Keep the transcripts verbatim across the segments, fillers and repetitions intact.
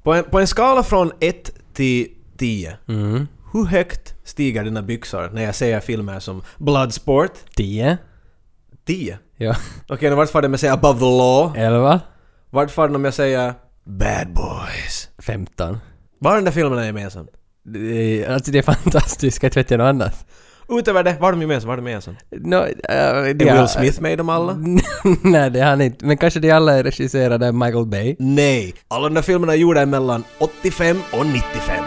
På en, på en skala från ett till tio. Mm. Hur högt stiger dina byxor när jag säger filmer som Bloodsport? tio. tio? Ja. Okej, okay, vart får det med att säga Above the Law? elva. Vart får det om jag säger Bad Boys? femton. Var den där filmen är gemensamt? Det är, alltså det är fantastiskt, jag vet inte något annat. Utöver det, var de gemensamt? Var de gemensamt? No, uh, är Will Smith med dem alla? Nej, det är han inte. Men kanske de alla är regisserade av Michael Bay. Nej, alla de där filmerna är gjorda mellan åttiofem och nittiofem.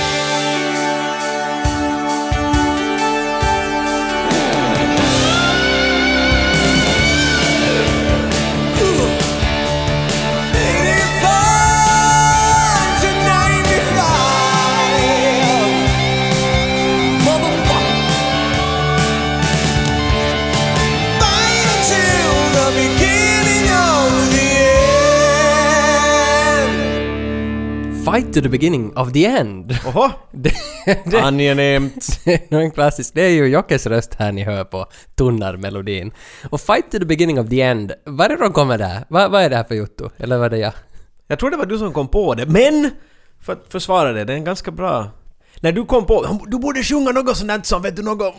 Fight to the beginning of the end. Oho, det, det, angenämt. Det är en klassisk. Det är ju Jockes röst här ni hör på tunnarmelodin. Och Fight to the beginning of the end. Var är de kommer där? Vad, vad är det här för jotto? Eller var det jag? Jag tror det var du som kom på det. Men, för att försvara det, det är en ganska bra... När du kom på... Du borde sjunga något sånt som, vet du, något...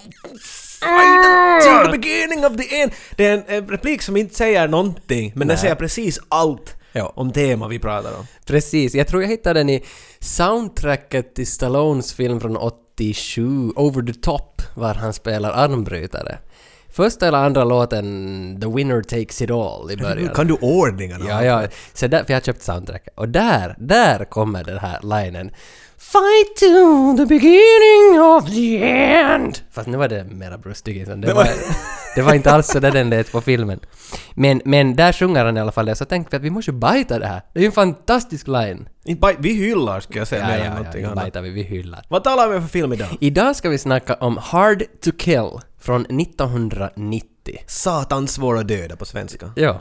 Fight to the beginning of the end. Det är en, en replik som inte säger någonting. Men den säger precis allt. Ja. Om tema vi pratar om. Precis, jag tror jag hittade den i soundtracket till Stallones film från åttiosju, Over the Top, var han spelar armbrytare. Första eller andra låten, The Winner Takes It All i början. Kan du ordningarna? Ja, ja. Så där, för jag har köpt soundtracket. Och där, där kommer den här linen. Fight to the beginning of the end. Fast nu var det mera Bruce Dickinson. Det var, det var inte alls så där den lät på filmen. Men, men där sjunger han i alla fall det. Så tänkte vi att vi måste bajta det här. Det är ju en fantastisk line. Vi hyllar, ska jag säga. Ja, mer ja, än ja, någonting ja, annat. bajtar vi, vi hyllar. Vad talar vi för film idag? Idag ska vi snacka om Hard to Kill från nittonhundranittio. Satans svåra döda på svenska. Ja.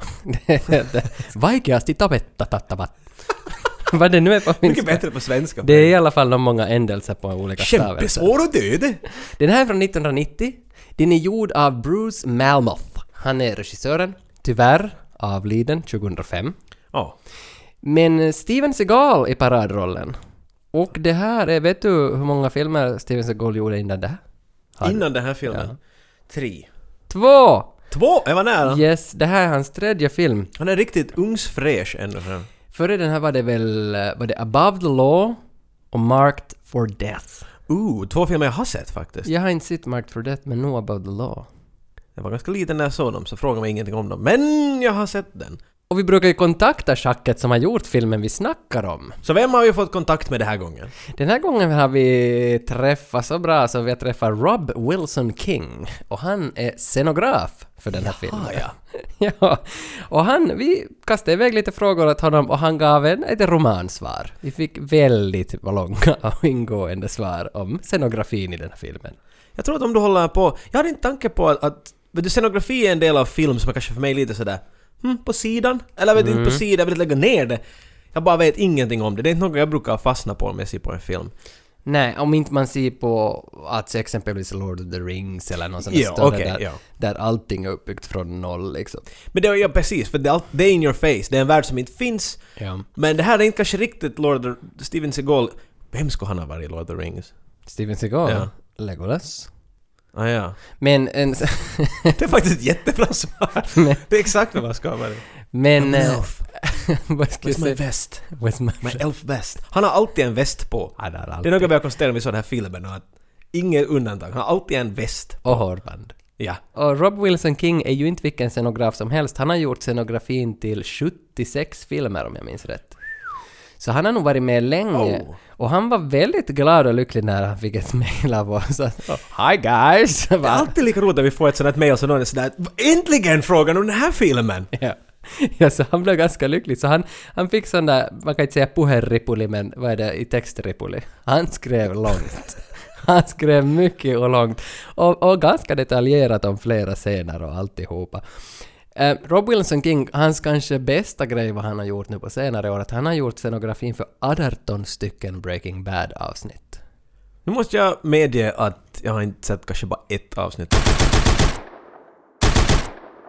Vaikeasti tapettatattavat. Vad det nu är på finska. Mycket bättre på svenska. Det är i alla fall de många ändelser på olika stavelser. Kämpesvår och död. Den här är från nittonhundranittio. Den är gjord av Bruce Malmuth. Han är regissören. Tyvärr avliden tjugohundrafem. Ja. Men Steven Seagal i paradrollen. Och det här är, vet du hur många filmer Steven Seagal gjorde innan det? Har innan den här filmen? Ja. Tre. Två! Två? Jag var nära. Yes, det här är hans tredje film. Han är riktigt ungsfräsch ännu. Före den här var det väl var det Above the Law och Marked for Death. Ooh, två filmer jag har sett faktiskt. Jag har inte sett Marked for Death, men nog Above the Law. Jag var ganska liten när jag såg dem, så frågade mig ingenting om dem. Men jag har sett den. Och vi brukar ju kontakta schacket som har gjort filmen vi snackar om. Så vem har vi fått kontakt med den här gången? Den här gången har vi träffat så bra så vi har träffat Rob Wilson King. Och han är scenograf för den här Jaha, filmen. Ja. Ja. Och han, vi kastade iväg lite frågor åt honom och han gav en, ett romansvar. Vi fick väldigt långa och ingående svar om scenografin i den här filmen. Jag tror att om du håller på... Jag hade inte tanke på att... att vet du, scenografi är en del av film som är kanske för mig lite sådär... Hmm, på sidan? Eller vet mm. inte på sidan, jag vill lägga ner det. Jag bara vet ingenting om det. Det är inte något jag brukar fastna på om jag ser på en film. Nej, om inte man ser på att exempelvis Lord of the Rings eller någon sån ja, större okay, där, ja. där allting är uppbyggt från noll liksom. Men det är ja, precis, för det är, allt, det är in your face. Det är en värld som inte finns. Ja. Men det här är inte kanske riktigt Lord of the... Steven Seagal... Vem skulle han ha varit i Lord of the Rings? Steven Seagal? Ja. Legolas? Ah, ja. Men en... det är faktiskt ett jättebra svar. Men... Det är exakt vad man ska vara. Men... Vad ska Where's my vest? Where's my, my elf vest? Han har alltid en väst på. Han har alltid. Det är något vi har konstaterat när vi såg den här filmen. Att inget undantag. Han har alltid en väst på. Och hårband. Ja. Och Rob Wilson King är ju inte vilken scenograf som helst. Han har gjort scenografin till sjuttiosex filmer om jag minns rätt. Så han har nog varit med länge. Oh. Och han var väldigt glad och lycklig när han fick ett mejl av oss. Oh, hi guys! Det är alltid lika roligt att vi får ett sådant mejl så någon är sådär, äntligen frågan om den här filmen! Ja. Ja, så han blev ganska lycklig. Så han, han fick sån där, man kan inte säga puherripuli, men vad är det i textripuli? Han skrev långt. Han skrev mycket och långt. Och, och ganska detaljerat om flera scener och alltihopa. Uh, Rob Wilson King, hans kanske bästa grej vad han har gjort nu på senare år, att han har gjort scenografin för arton stycken Breaking Bad-avsnitt. Nu måste jag medge att jag har inte sett kanske bara ett avsnitt.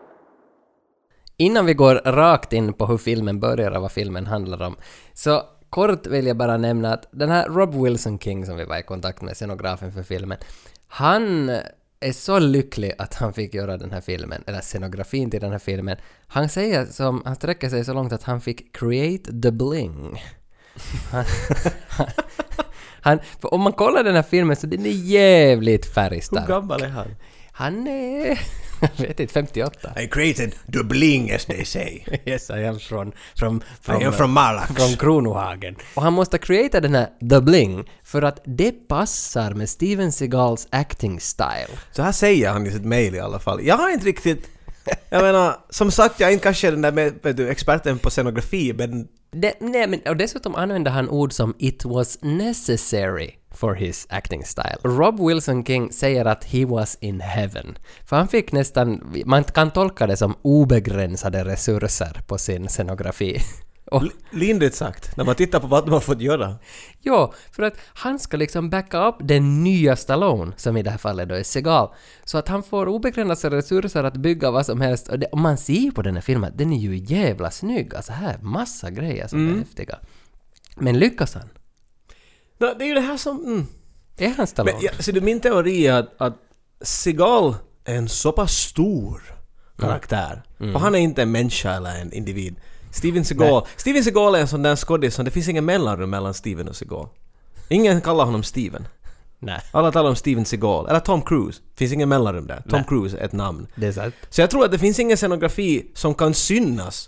Innan vi går rakt in på hur filmen börjar och vad filmen handlar om, så kort vill jag bara nämna att den här Rob Wilson King som vi var i kontakt med, scenografen för filmen, han är så lycklig att han fick göra den här filmen, eller scenografin till den här filmen. Han säger som, han sträcker sig så långt att han fick create the bling. Han, han, han, för om man kollar den här filmen så den är jävligt färgstark. Hur gammal är han? Han är, jag vet inte, femtioåtta. I created the bling as they say. Yes, I am from, from, from, I am from Malax. Från Kronohagen. Och han måste creata den här the bling för att det passar med Steven Seagals acting style. Så här säger han i sitt mejl i alla fall. Jag har inte riktigt... Jag menar, som sagt, jag är inte kanske den där med, vet du, experten på scenografi, men... Det, nej, men och dessutom använder han ord som it was necessary for his acting style. Rob Wilson King säger att he was in heaven. För han fick nästan, man kan tolka det som obegränsade resurser på sin scenografi. Och, lindrigt sagt, när man tittar på vad de har fått göra. ja, för att han ska liksom backa upp den nya Stallone, som i det här fallet då är Seagal. Så att han får obegränsade resurser att bygga vad som helst. Och, det, och man ser på den här filmen, den är ju jävla snygg. Alltså här, massa grejer som mm. är häftiga. Men lyckas han? No, det är ju det här som... Mm. Är han Stallone? Men, ja, så det är min teori att, att Seagal är en så pass stor karaktär. Mm. Och han är inte en människa eller en individ. Steven Seagal. Steven Seagal är en sån där skådis som det finns ingen mellanrum mellan Steven och Seagal. Ingen kallar honom Steven. Nej. Alla talar om Steven Seagal. Eller Tom Cruise. Finns ingen mellanrum där. Tom Nej. Cruise är ett namn. Det är sant. Så jag tror att det finns ingen scenografi som kan synas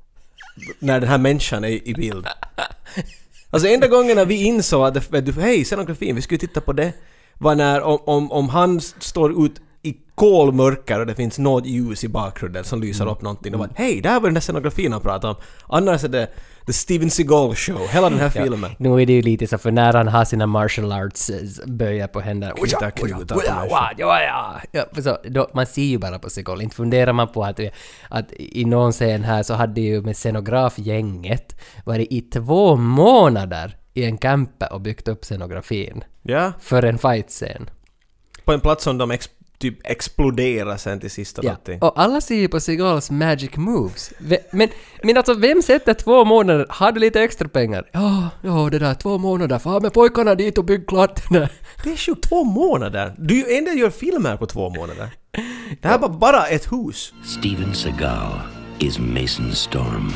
när den här människan är i bild. Alltså enda gången när vi insåg att det, hej, scenografin, vi skulle titta på det, var när om, om, om han står ut i kolmörker och det finns något ljus i bakgrunden som lyser mm. upp någonting. Och bara, hej, det här var den där scenografin han pratade om. Annars är det The Steven Seagal Show, hela den här ja, filmen. Nu är det ju lite så, för när han har sina martial arts böjer på händer. Knyta knutar på ja, ja, ja. ja, så, då, man ser ju bara på Seagal. Inte funderar man på att, att i någon scen här så hade ju med scenografgänget varit i två månader i en camper och byggt upp scenografin. Ja. För en fight-scen. På en plats som de ex- typ exploderar sen till sista ja. någonting. Och alla ser ju på Seagals magic moves. Men, men alltså, vem sätter två månader? Har du lite extra pengar? Ja, ja, det där två månader. Får med pojkarna dit och bygg klart det där. Det är ju två månader. Du ändå gör filmer på två månader. Det här var bara ett hus. Steven Seagal is Mason Storm,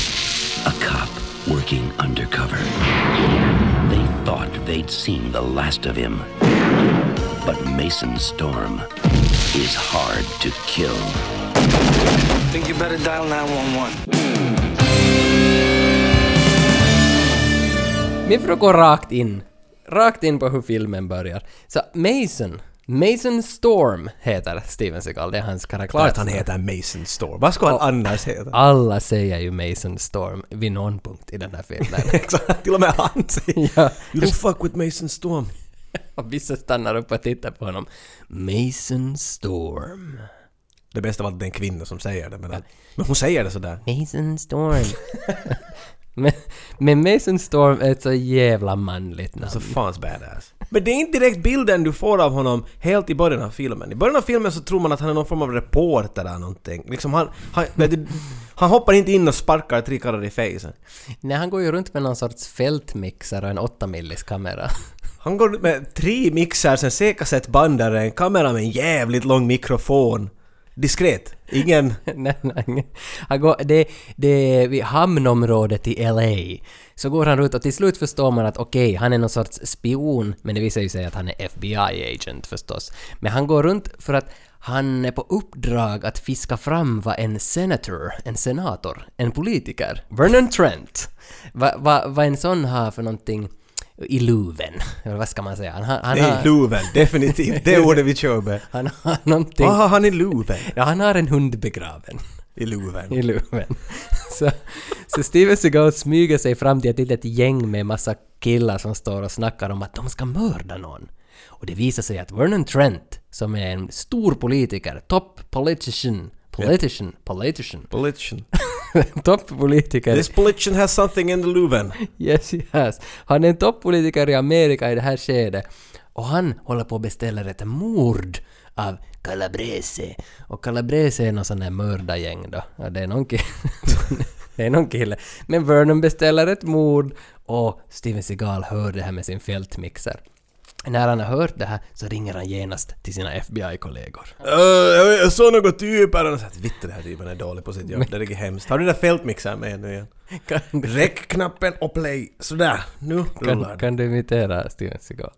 a cop working undercover. They thought they'd seen the last of him. But Mason Storm is hard to kill. Think you better dial nine one one. Min fråga går rakt in. Rakt in på hur filmen börjar. Så Mason, Mason Storm heter Steven Seagal. Det är hans karaktär. Klart han heter Mason Storm. Vad ska han annars heta? Alla säger ju Mason Storm vid någon punkt i den här filmen. Exakt, till och med han säger. ja. You don't fuck with Mason Storm. Och vissa stannar upp och tittar på honom. Mason Storm. Det bästa var att det är en kvinna som säger det. Men, att, men hon säger det sådär. Mason Storm. men, men Mason Storm är ett så jävla manligt namn. Så fans badass. Men det är inte direkt bilden du får av honom helt i början av filmen. I början av filmen så tror man att han är någon form av reporter eller någonting. Liksom han, han, du, han hoppar inte in och sparkar tre karlar i facen. Nej, han går ju runt med någon sorts fältmixer och en åtta millis kamera. Han går med tre mixer, sen C-kassettbandare, en kamera med en jävligt lång mikrofon. Diskret. Ingen... nej, nej. Han går, det, det är vid hamnområdet i L A. Så går han runt och till slut förstår man att okej, okay, han är någon sorts spion. Men det visar ju sig att han är F B I-agent förstås. Men han går runt för att han är på uppdrag att fiska fram vad en senator, en senator, en politiker, Vernon Trent, vad va, va en sån har för någonting i luven. Eller vad ska man säga? Han, han, han det är har... luven, definitivt. Det är ordet vi kör med. Han har någonting... Vad har han i luven? Ja, han har en hund begraven. I luven. I luven. Så, så Steven Seagal smyger sig fram till ett litet gäng med massa killar som står och snackar om att de ska mörda någon. Och det visar sig att Vernon Trent, som är en stor politiker, top politician, politician, politician, Politician. toppolitiker. This politician has something in the luven. Yes, yes. Han är en toppolitiker i Amerika i det här skedet. Och han håller på att beställa ett mord av Calabrese. Och Calabrese är någon sån där mördargäng då. Ja, det är någon Det är någon kille. Men Vernon beställer ett mord och Steven Seagal hör det här med sin fältmixer. När han har hört det här så ringer han genast till sina F B I-kollegor. Uh, jag, jag såg något typer och sa att vitt det här typen är dålig på sitt jobb. Det är hemskt. Har du den där fältmixern med nu igen? Räckknappen och play. Sådär, nu rullar kan, kan du imitera Steven Seagal?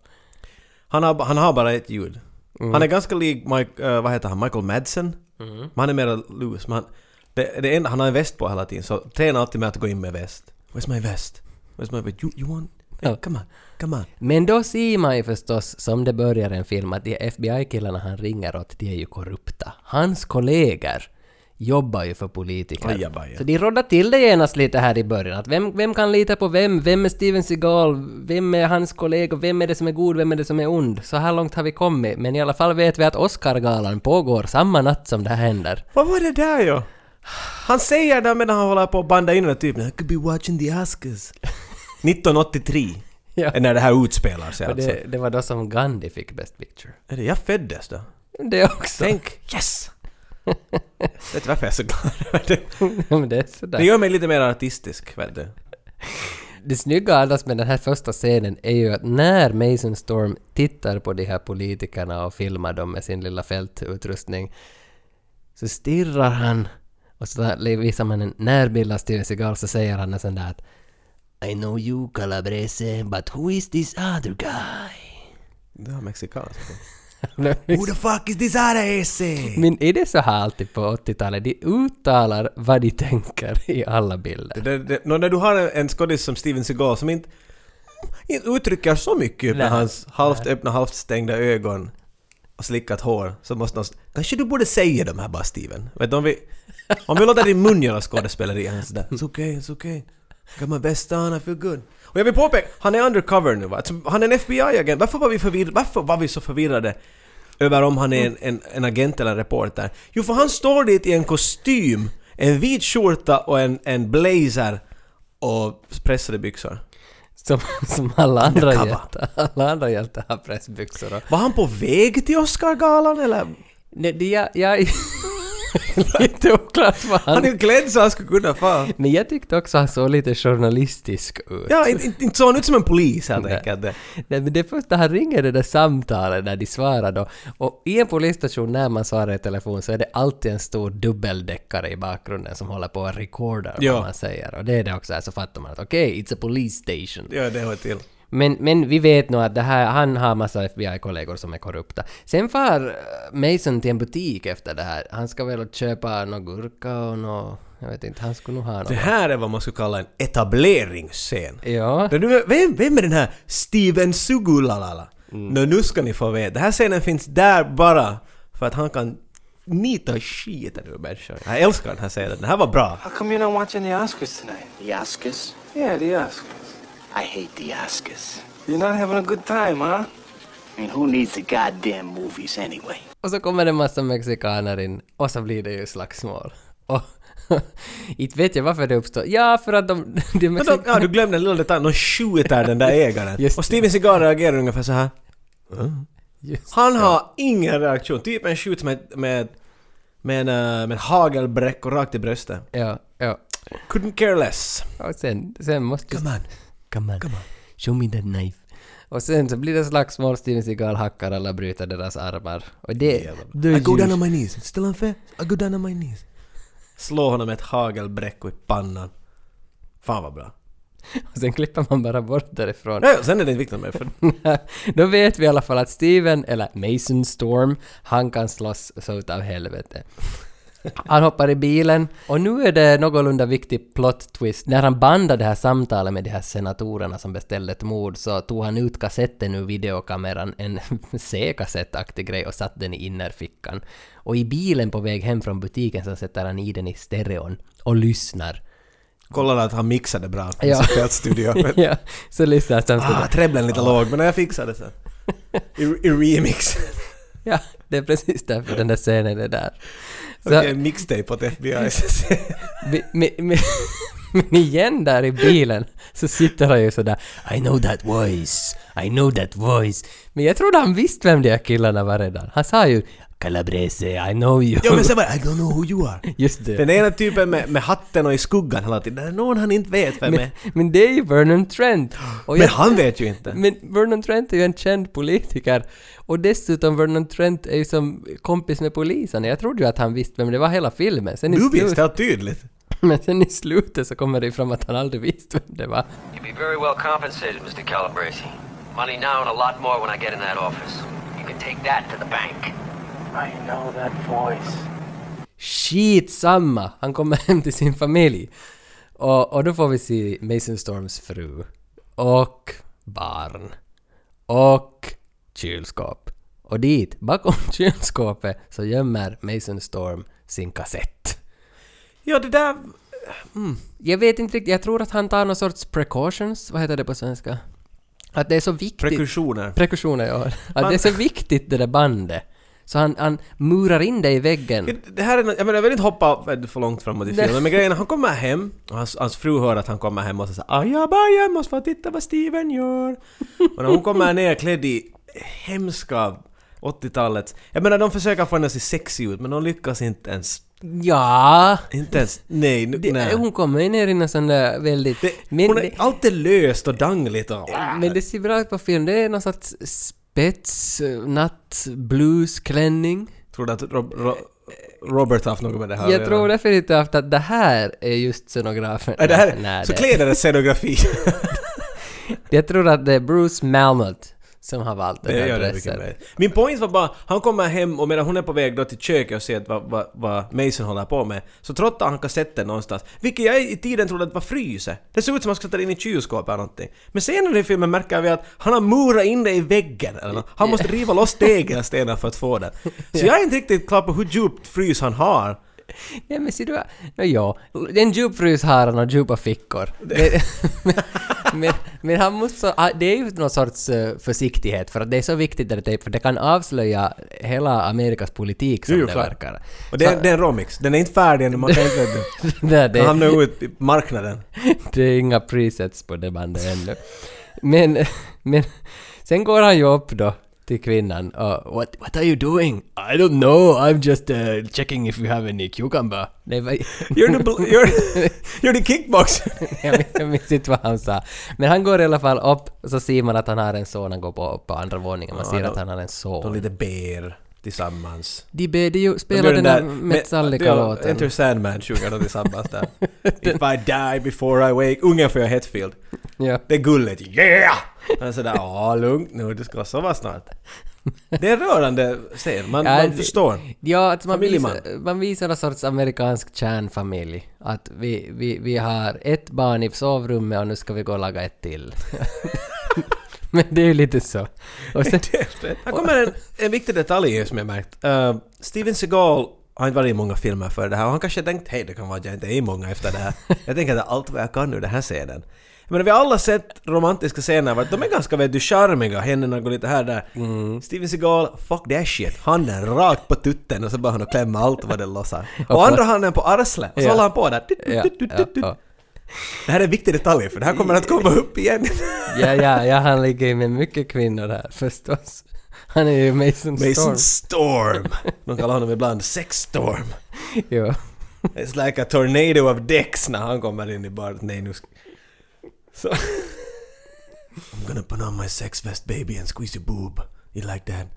Han har, han har bara ett ljud. Mm. Han är ganska lik Mike, uh, vad heter han? Michael Madsen. Mm. Men han är mer loose. Men han, det, det enda, han har en väst på hela tiden. Så tränar alltid med att gå in med väst. Where's my vest? Where's my vest? You, you want... Hey, come on, come on. Men då ser man ju förstås, som det börjar en film, att de F B I-killarna han ringer åt, de är ju korrupta. Hans kollegor jobbar ju för politiker. Ajabaja. Så de råddar till det genast lite här i början. Att vem, vem kan lita på vem? Vem är Steven Seagal? Vem är hans kollegor? Vem är det som är god? Vem är det som är ond? Så här långt har vi kommit. Men i alla fall vet vi att Oscar-galan pågår samma natt som det här händer. Vad var det där ju? Han säger det medan han håller på att banda in den typen. I could be watching the Oscars. nittonhundraåttiotre. Ja. När det här utspelar sig alltså. Det, det var då som Gandhi fick Best Picture. Är det jag föddes då? Det också. Tänk, yes! Vet du varför jag är så glad? Men det är sådär. Det gör mig lite mer artistisk, vet du. Det snygga allas med den här första scenen är ju att när Mason Storm tittar på de här politikerna och filmar dem med sin lilla fältutrustning så stirrar han och så visar man en närbild av Steven Seagal så säger han en sån där att I know you, Calabrese, but who is this other guy? Det är mexikansk. Who the fuck is this other esse? Men är det så här alltid på åttiotalet? De uttalar vad de tänker i alla bilder. Det, det, när du har en skådis som Steven Seagal som inte, inte uttrycker så mycket med hans halvt öppna, halvt stängda ögon och slickat hår så måste någon... Kanske du borde säga de här bara, Steven. Vet du, om vi, om vi låter din mun göra skådespeleri han sådär. It's okay, it's okay. Got my best on, I feel good. Och jag vill påpeka, han är undercover nu va? Alltså, han är en F B I-agent. Varför var vi förvirrade? Varför var vi så förvirrade över om han är en, en, en agent eller en reporter? Jo, för han står dit i en kostym, en vit skjorta och en, en blazer och pressade byxor. Som, som alla andra hjältar. Alla andra hjältar har pressbyxor. Var han på väg till Oscar-galan eller? Nej, det jag... jag lite oklart vad han... Han är klädd så han skulle kunna få. Men jag tyckte också att han såg lite journalistisk ut. Ja, inte, inte så han ut som en polis helt enkelt. Nej, men det första han ringer det där samtalet när de svarar då. Och i en polisstation när man svarar i telefon så är det alltid en stor dubbeldäckare i bakgrunden som håller på att recorda ja. vad man säger. Och det är det också här så fattar man att okej, okay, it's a police station. Ja, det hör till. Men, men vi vet nog att det här, han har massa F B I-kollegor som är korrupta. Sen far Mason till en butik efter det här. Han ska väl köpa någon gurka och något... Jag vet inte, han skulle nog ha något. Det här är vad man skulle kalla en etableringsscen. Ja. Vem, vem är den här Steven Sugulalala? Mm. Nå, nu ska ni få veta. Den här scenen finns där bara för att han kan nita skiten ur människor. Jag älskar den här scenen. Den här var bra. How come you're not watching the Oscars tonight? The Oscars? Yeah, the Oscars. I hate the Oscars. You're not having a good time, huh? I mean, who needs the goddamn movies anyway? Och så kommer det en massa mexikaner in och så blir det ju slagsmål. Och inte vet jag varför det uppstår. Ja, för att de... de Mexik- ja, du glömde en liten detalj. De skjuter den där ägaren. Och Steven Seagal reagerar ungefär så här. Mm. Han har ingen reaktion. Typ en skjut med, med, med, en, med en hagelbräck och rakt i bröstet. Ja, ja. Couldn't care less. Och sen, sen måste... Come on. Come on. Come on. Show me that knife. Och sen så blir det slagsmål. Steven Seagal hackar alla, bryter deras armar. Och det... Yeah, det I go down on my knees. It's still unfair. I go down on my knees. Slå honom med ett hagelbräck i pannan. Fan vad bra. Och sen klipper man bara bort därifrån. Nej, sen är det inte viktigt med. För... Då vet vi i alla fall att Steven, eller Mason Storm, han kan slåss så utav helvete. Han hoppar i bilen och nu är det någorlunda viktig plot twist. När han bandade det här samtalet med de här senatorerna som beställde ett mord så tog han ut kassetten ur videokameran, en C-kassettaktig grej, och satt den i innerfickan. Och i bilen på väg hem från butiken så sätter han i den i stereon och lyssnar. Kollar att han mixade bra i ja. sin fältstudio. Ja, så lyssnar han. Ah, treblen lite låg, men jag fixade så. I, i remix. Ja, det är precis därför den där scenen är där. Okej, okay, mixtape åt F B I. Men igen där i bilen så sitter han ju sådär I know that voice, I know that voice. Men jag trodde han visste vem de här killarna var redan. Han sa ju Calabrese, I know you. Jo, men sen bara, I don't know who you are. Just det. Den ena typen med, med hatten och i skuggan hela tiden. Det är någon han inte vet vem Men, är. men det är ju Vernon Trent. Och Men jag- han vet ju inte. Men Vernon Trent är ju en känd politiker. Och dessutom Vernon Trent är ju som kompis med polisen. Jag trodde ju att han visste vem det var hela filmen. Sen i Du slut- visste helt tydligt. Men sen i slutet så kommer det fram att han aldrig visste vem det var. You'll be very well compensated, Mister Calabrese. Money now and a lot more when I get in that office. You can take that to the bank. I know that voice. Skitsamma! Han kommer hem till sin familj. Och, och då får vi se Mason Storms fru. Och barn. Och kylskåp. Och dit, bakom kylskåpet, så gömmer Mason Storm sin kassett. Ja, det där... Jag vet inte riktigt, jag tror att han tar någon sorts precautions, vad heter det på svenska? Att det är så viktigt... Prekursioner. Prekursioner, ja. Att Man- det är så viktigt det där bandet. Så han, han murar in det i väggen. Det här är, nå- jag menar, jag vill inte hoppa för långt framåt i Nej. filmen, men grejen är, han kommer hem och hans, hans fru hör att han kommer hem och så säger ajabaja, jag måste få titta vad Steven gör. Och när hon kommer ner klädd i hemska åttiotalet, jag menar, de försöker få henne att se sexig ut, men de lyckas inte ens. Ja... Inte ens, nej, nu- Det, nej. hon kommer ju ner i en sån där väldigt... Det, men, hon är det, alltid löst och dangligt och... men det ser bra ut på film. Det är någon sorts spets, natt, bluesklänning. Tror du att Rob, Ro, Robert har haft något med det här att Jag göra? tror definitivt att det här är just scenografen. Är det här, Nej, så det- kläder är scenografi. Jag tror att det är Bruce Malmut som har valt den Det här gör det dressen. mycket mer. Min point var bara, han kommer hem och medan hon är på väg då till köket och ser vad, vad, vad Mason håller på med, så trottar han kassetten någonstans. Vilket jag i tiden trodde att var fryse. Det såg ut som att han skulle ta in i kylskåpet eller någonting. Men senare i filmen märker vi att han har murat in det i väggen eller något. Han måste riva loss tegelstenar för att få den. Så jag är inte riktigt klar på hur djupt frys han har. Ja, men ser du... No, ja, en djup frys har han och djupa fickor. Det, men, men, men han måste så, ah, det är ju någon sorts uh, försiktighet för att det är så viktigt det där, för det kan avslöja hela Amerikas politik som Jo, jo, det klart. verkar. Och det, är- Så- det är en romix. Den är inte färdig än, man kan inte vet du. Nej, det, Han hamnar ut i marknaden. det är inga presets på det bandet ännu. Men, men sen går han ju upp då till kvinnan och what, what are you doing? I don't know, I'm just uh, checking if you have any cucumber. Nej, vad... You're the, bl- you're, you're the kickboxer. jag, minns, jag minns inte vad han sa. Men han går i alla fall upp och så ser man att han har en son. Han går på, på andra våningen. Man Ja, ser de- att han har en De son. lite ber tillsammans. De ber ju De spela gör den där Metallica-låten. Enter Sandman sjunger de tillsammans där. If I die before I wake. Ungen får jag Hetfield. Ja. Det är gulligt. Yeah! Han är sådär, ja lugnt nu, du ska sova snart. Det är en rörande scen, man, Ja, man det- förstår. Ja, att man Familjeman. visar, man visar en sorts amerikansk kärnfamilj. Att vi, vi, vi har ett barn i sovrummet och nu ska vi gå och laga ett till. Men det är ju lite så. Och sen, Här kommer en, en viktig detalj som jag märkt. Uh, Steven Seagal har inte varit i många filmer för det här och han kanske tänkt, hej det kan vara att jag inte är i många efter det här. Jag tänker att allt vad jag kan ur den här scenen. Men vi har alla sett romantiska scener vart de är ganska vet du charmiga, händerna går lite här där. Mm. Steven Seagal, fuck that shit. Handen rakt på tutten och så börjar han att klämma allt vad det lossar. Och på- andra handen på arslet och så Ja. håller han på där. ja, ja, ja. Det här är en viktig detalj för det här kommer att komma upp igen. Ja, ja, ja, han ligger ju med mycket kvinnor här förstås. Han är ju Mason Storm. Mason Storm. De kallar honom ibland Sex Storm. Jo. It's like a tornado of dicks när han kommer in i baren. Nej, nu ska... Så... I'm gonna put on my sex vest baby and squeeze your boob. You like that?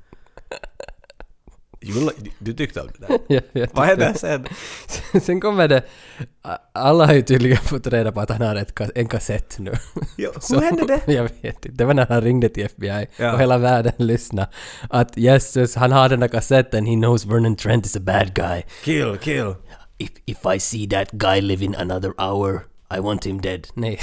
You like... Du tyckte om det där? Ja, jag Vad är det tyckte- sen? Sen kommer det... Alla har ju tydligen fått reda på att han har ett, ka- en kassett nu. Jo, Så- hur hände det? Jag vet inte. Det var när han ringde till F B I Ja. och hela världen lyssnade. Att Jesus, han har den där kassetten. He knows Vernon Trent is a bad guy. Kill, kill. If, if I see that guy living another hour, I want him dead. Nej.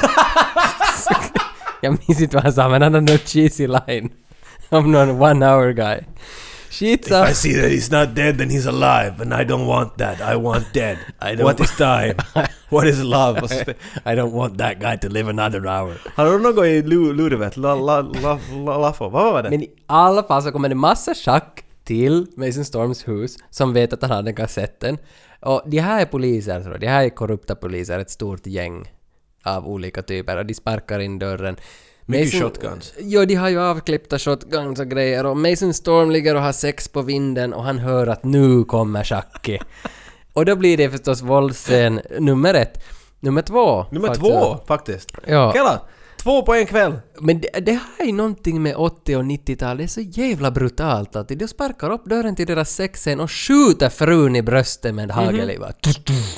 Jag minns inte vad han sa, men han hade någon cheesy line om någon one hour guy. Shit, så... If I see that he's not dead then he's alive and I don't want that. I want dead. I don't What is time? What is love? Och så spe- I don't want that guy to live another hour. Har du något i lu- lurevet? La, la, la, la, Laffo? Vad var det? Men i alla fall så kommer det massa schack till Mason Storms hus som vet att han har den kassetten. Och de här är poliser, tror jag. De här är korrupta poliser, ett stort gäng av olika typer. Och de sparkar in dörren. Mycket Mason, shotguns. Jo, de har ju avklippta shotguns och grejer och Mason Storm ligger och har sex på vinden och han hör att nu kommer Chucky. Och då blir det förstås våldsscen nummer ett. Nummer två. Nummer faktiskt. två, faktiskt. Ja. Kela, två på en kväll. Men det, det här är någonting med åttio- och nittio-tal, det är så jävla brutalt att de sparkar upp dörren till deras sexscen och skjuter frun i bröstet med en hagel. Mm-hmm.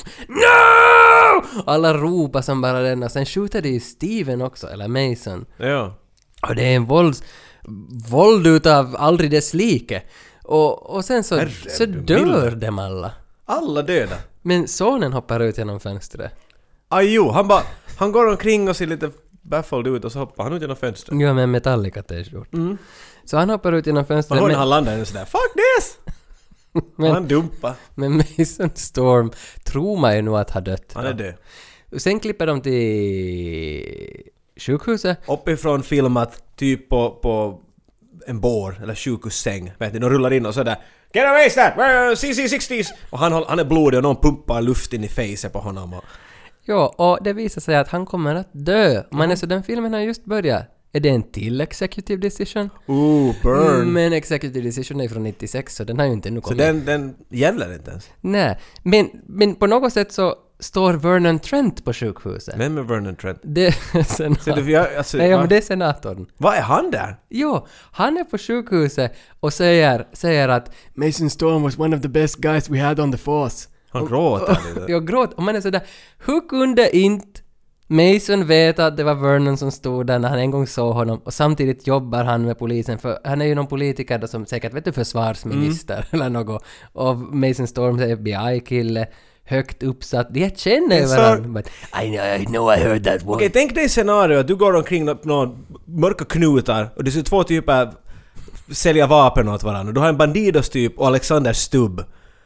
No! Alla ropar som bara den och sen skjuter de ju Steven också, eller Mason. Ja. Och det är en vålds, våld utav aldrig dess like. Och, och sen så, Herre, så du dör milde. de alla. Alla döda. Men sonen hoppar ut genom fönstret. Aj jo, han bara, han går omkring och ser lite baffled ut och så hoppar han ut genom fönstret. Ja, med en Metallica-t-shirt. Mm. Så han hoppar ut genom fönstret. Man hör när men- han landar och sådär, fuck this! Men- han dumpar. Men Mason Storm tror man ju nog att ha dött. Han är död. Och sen klipper de till sjukhuset. Uppifrån filmat typ på, på en bår eller sjukhussäng. Vet ni, de rullar in och sådär get away that! C C sextio! Och han, håll- han är blodig och någon pumpar luft in i facet på honom. Och... Ja, och det visar sig att han kommer att dö. Men alltså den filmen har just börjat. Är det en till executive decision? Ooh, burn! Mm, men executive decision är från nittiosex så den har ju inte nu Så kommit. den, den gäller inte ens. Nej, men, men på något sätt så står Vernon Trent på sjukhuset. Vem är Vernon Trent? Det är senatorn. Så det, jag, alltså, Nej, ja, va? men det är senatorn. Vad är han där? Jo, han är på sjukhuset och säger, säger att Mason Storm was one of the best guys we had on the force. Han gråter lite. Jag gråter. Och man är sådär, hur kunde inte Mason veta att det var Vernon som stod där när han en gång såg honom och samtidigt jobbar han med polisen för han är ju någon politiker då som säkert vet du försvarsminister Mm. eller något och Mason Storm är F B I-kille högt uppsatt. De känner ju Men så- varandra. But I know, I know I heard that one. Okej, tänk dig scenario att du går omkring nå- några mörka knutar och det ser två typer sälja vapen åt varandra. Du har en Bandidos-typ och Alexander Stubb.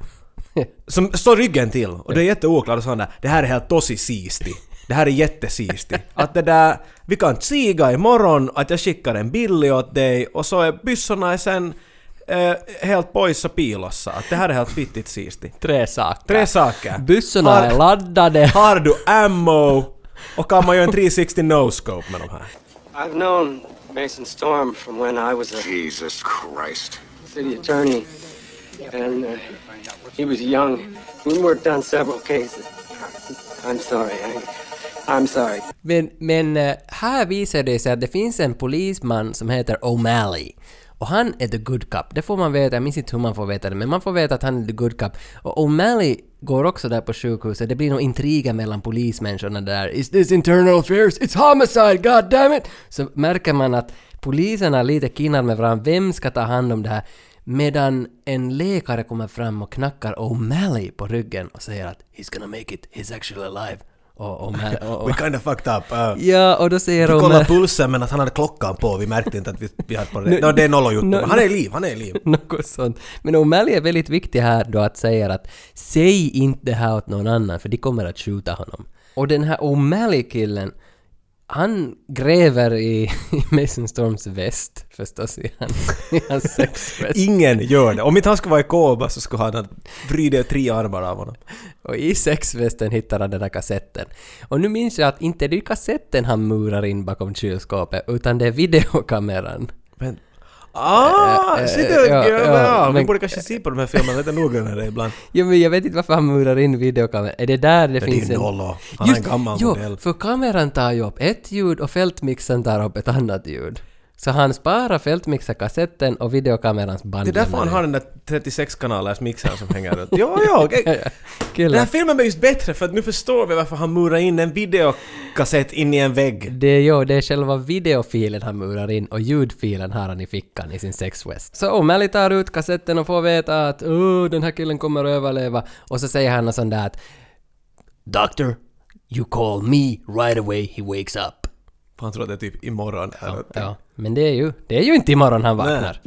Som står ryggen till. Och det är jätteoklart och sånt där. Det här är helt tosi siisti. Det här är jättesisti. Att det där, vi kan tsiga imorgon att jag skickar en bild åt dig och så är byssorna sen eh, helt pois och pilossa. Att det här är helt fittigt sisti. Tre saker. Tre saker. Byssorna Har- är laddade. Har du ammo och kan man göra en tre sextio no-scope med de här? I've known Mason Storm from when I was a Jesus Christ. city attorney, and uh, he was young. We worked on several cases. I'm sorry. I, I'm sorry. Men, men eh, här visar det sig att det finns en polisman som heter O'Malley. Och han är the good cop. Det får man veta, jag minns inte hur man får veta det, men man får veta att han är the good cop. Och O'Malley går också där på sjukhuset. Det blir nog intriger mellan polismänniskorna där. Is this internal affairs? It's homicide, god damn it! Så märker man att poliserna lite kinnar med varandra. Vem ska ta hand om det här? Medan en läkare kommer fram och knackar O'Malley på ryggen och säger att he's gonna make it, he's actually alive. Och, och, och, och, We kind of fucked up. Uh, ja, och då säger vi kollade O'Malley... pulsen men att han hade klockan på. Vi märkte inte att vi, vi hade på det. No, det är noll gjort. No, Han är i liv, han är i liv. Något sånt. Men O'Malley är väldigt viktig här då att säga att säg inte det här åt någon annan för de kommer att skjuta honom. Och den här O'Malley-killen han gräver i, i Mason Storms väst förstås i hans, i hans sexväst. Ingen gör det. Om inte han skulle vara i koma så skulle han ha vridit tre armar av honom. Och i sexvästen hittar han den här kassetten. Och nu minns jag att inte det är kassetten han murar in bakom kylskåpet utan det är videokameran. Men... Ah! Äh, äh, Sitter ja, ja, ja, ja, Vi men- borde kanske se på de här filmerna lite noggrannare ibland. Ja, men jag vet inte varför han murar in videokameran. Är det där det Men det är finns ju en... nollo. Han är en gammal jo, modell. för kameran tar ju upp ett ljud och fältmixen tar upp ett annat ljud. Så han sparar fältmixarkassetten och videokamerans band. Det är därför han har den där trettiosex kanalers mixern som hänger runt. Jo, jo. Ja, ja. Den här Killar. filmen är just bättre för att nu förstår vi varför han murar in en videokassett in i en vägg. Det är, jo, det är själva videofilen han murar in och ljudfilen har han i fickan i sin sexwest. Så O'Malley tar ut kassetten och får veta att oh, den här killen kommer att överleva. Och så säger han något sånt där att Doctor, you call me right away he wakes up. Han tror att det är typ imorgon. Ja, ja. Men det är ju, det är ju inte imorgon han vaknar.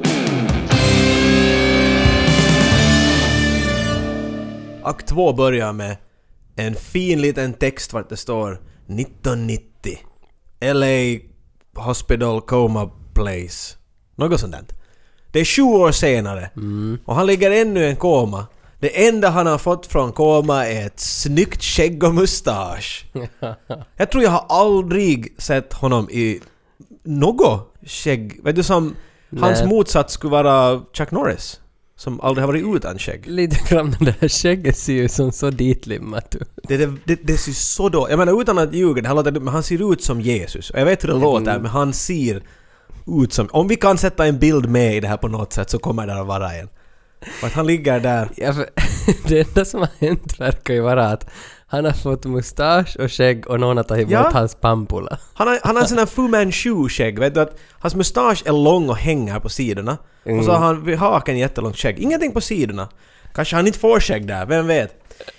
Akt två börjar med en fin liten text vart det står nittonhundranittio L A Hospital Coma Place. Något sånt där. Det är sju år senare och han ligger ännu i en koma. Det enda han har fått från koma är ett snyggt skägg och mustasch. Jag tror jag har aldrig sett honom i något skägg. Vet du, som hans Nej. motsats skulle vara Chuck Norris. Som aldrig har varit utan skägg. Lite grann det här skägget ser ju som så ditlimmat ut. Det, det, det, det ser så då. Jag menar utan att ljuga, det här låter, men han ser ut som Jesus. Och jag vet hur det mm. låter, men han ser ut som... Om vi kan sätta en bild med i det här på något sätt så kommer det att vara en. Och att han ligger där. Ja, för det enda som har hänt verkar ju vara att han har fått mustasch och skägg och någon har tagit Ja. bort hans pampula. Han har, han har en sån här Fu Manchu-skägg, vet du, att hans mustasch är lång och hänger på sidorna. Mm. Och så har han vid haken jättelångt skägg. Ingenting på sidorna. Kanske han inte får skägg där, vem vet?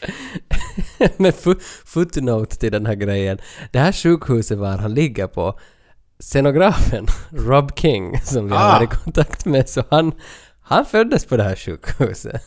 Men fu- footnote till den här grejen. Det här sjukhuset var han ligger på, scenografen Rob King, som vi Ah. har varit i kontakt med, så han, han föddes på det här sjukhuset.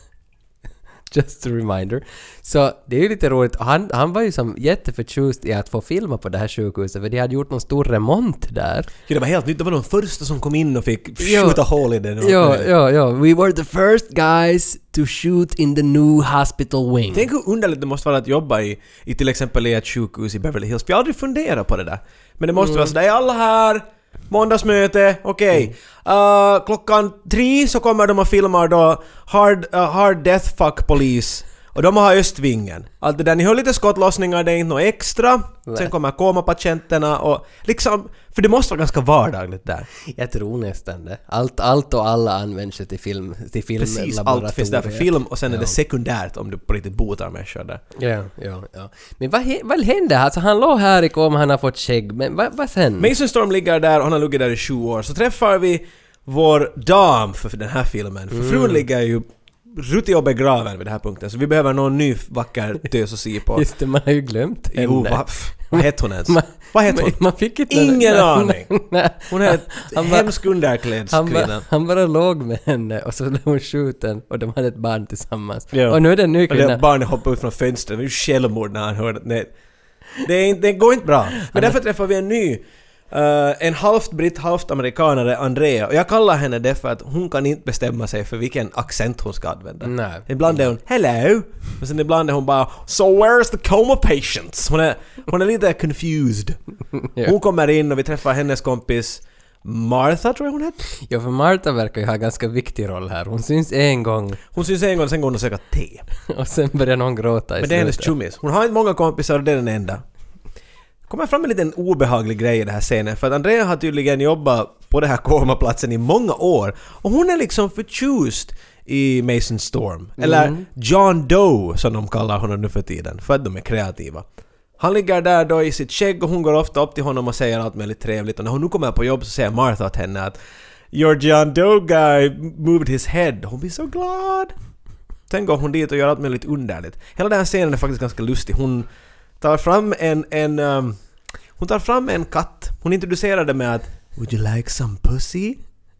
Just a reminder. Så det är ju lite roligt. Han, han var ju som jätteförtjust i att få filma på det här sjukhuset, för de hade gjort någon stor remont där. Ja, det var helt nytt. Det var de första som kom in och fick Jo. skjuta hål i den. Ja, ja, ja. We were the first guys to shoot in the new hospital wing. Tänk hur underligt det måste vara att jobba i, i till exempel i ett sjukhus i Beverly Hills. Vi har aldrig funderat på det där. Men det måste Mm. vara så där, är alla här? Måndagsmöte, okej. Okay. Uh, klockan tre så kommer de att filma då Hard, uh, hard Death Fuck Police. Och de har Östvingen. Allt det där, ni hör lite skottlossningar, det är inte något extra. Nej. Sen kommer komapatienterna och liksom, för det måste vara ganska vardagligt där. Jag tror nästan det. Allt, allt och alla används ju till film, till Precis, allt finns där för film och sen är Ja. det sekundärt om du på riktigt botar människor där. Ja, ja, ja. Men vad, he- vad hände? Alltså han låg här i kom, han har fått skägg, men vad, vad sen? Mason Storm ligger där och han har legat där i sju år. Så träffar vi vår dam för den här filmen. För Mm. frun ligger ju rutig och begraven vid den här punkten. Så vi behöver någon ny vacker tös att se på. Just det, man har ju glömt henne. Jo, vad, vad heter hon ens? Man- Vad heter hon? Man, man fick inte... Ingen nej, aning. nej, nej. Hon är ett Han bara- hemsk Han, underklädskvinna. bara, han bara låg med henne och så blev hon skjuten och de hade ett barn tillsammans. Ja. Och nu är det en ny Och det kvinna. barnet hoppade ut från fönstret. Det var ju självmord när han hörde det. Det, är inte, det går inte bra. Men därför träffar vi en ny. Uh, en halvt britt, halvt amerikanare, Andrea. Och jag kallar henne det för att hon kan inte bestämma sig för vilken accent hon ska använda. Nej. Ibland är hon hello. Men sen ibland är hon bara so where's the coma patients? Hon är, hon är lite confused. Ja. Hon kommer in och vi träffar hennes kompis Martha, tror jag hon heter. Ja, för Martha verkar ju ha en ganska viktig roll här. Hon syns en gång Hon syns en gång och sen går hon och söker te. och sen börjar någon gråta i Men det är hennes slutet. tjummis. Hon har inte många kompisar och det är den enda. Kommer fram en liten obehaglig grej i den här scenen. För att Andrea har tydligen jobbat på den här komaplatsen i många år. Och hon är liksom förtjust i Mason Storm. Eller John Doe som de kallar honom nu för tiden. För att de är kreativa. Han ligger där då i sitt skägg och hon går ofta upp till honom och säger allt väldigt trevligt. Och när hon nu kommer på jobb så säger Martha åt henne att Your John Doe guy moved his head. Hon blir så glad. Sen går hon dit och gör allt möjligt underligt. Hela den här scenen är faktiskt ganska lustig. Hon tar fram en, en um, hon tar fram en katt. Hon introducerar det med att Would you like some pussy?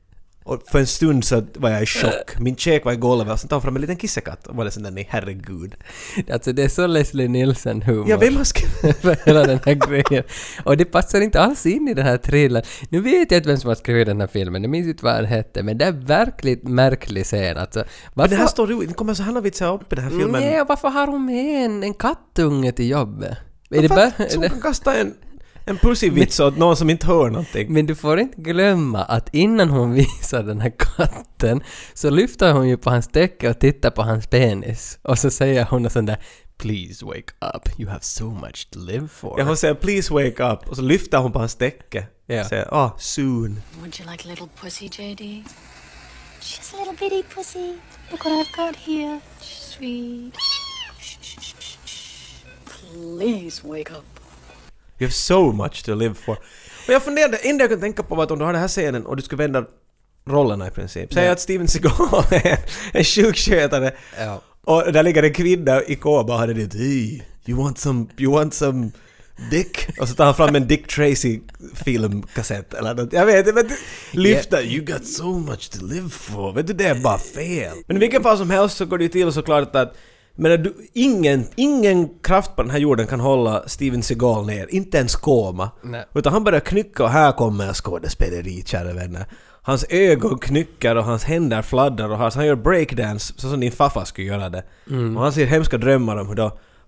Och för en stund så var jag i chock. Min käk var i golvet och sen tar hon fram en liten kissekatt. Och var det sån där, nej herregud. Alltså det är så Leslie Nielsen-humor. Ja, vem har skrivit? för hela den här grejen. Och det passar inte alls in i den här thrillern. Nu vet jag inte vem som har skrivit den här filmen. Jag minns inte vad den hette. Men det är verkligen märklig scen. Alltså, Men det här står ju, det kommer så Hanna vitsa upp i den här filmen. Nej, varför har hon med en, en kattunge till jobbet? Är det För bara, att hon kan kasta en, en pussy-vits åt någon som inte hör någonting. men du får inte glömma att innan hon visar den här katten så lyfter hon ju på hans täcke och tittar på hans penis. Och så säger hon något sånt där Please wake up, you have so much to live for. Ja, hon säger please wake up och så lyfter hon på hans täcke. Ja. Och säger ah, soon. Would you like a little pussy, J D? Just a little bitty pussy. Look what I've got here. Sweet. Shh, shh, shh, shh, shh. Please wake up. You have so much to live for. Och jag funderade, enda jag kunde tänka på var att om du har den här scenen och du skulle vända rollerna i princip. Säg Ja. att Steven Seagal är en, en sjukskötare Ja. och där ligger en kvinna i koma och hade det hey, you want some, you want some dick? Och så tar han fram en Dick Tracy filmkassett eller något. Jag vet inte, men lyfta, you got so much to live for. Vet du, det är bara fel. Men i vilken fall som helst så går det ju till såklart att men du, ingen, ingen kraft på den här jorden kan hålla Steven Seagal ner. Inte ens koma. Nej. Utan han börjar knycka och här kommer skådespeleri, kära vänner. Hans ögon knyckar och hans händer fladdrar och han gör breakdance så som din faffa skulle göra det. Mm. Och han ser hemska drömmar om hur då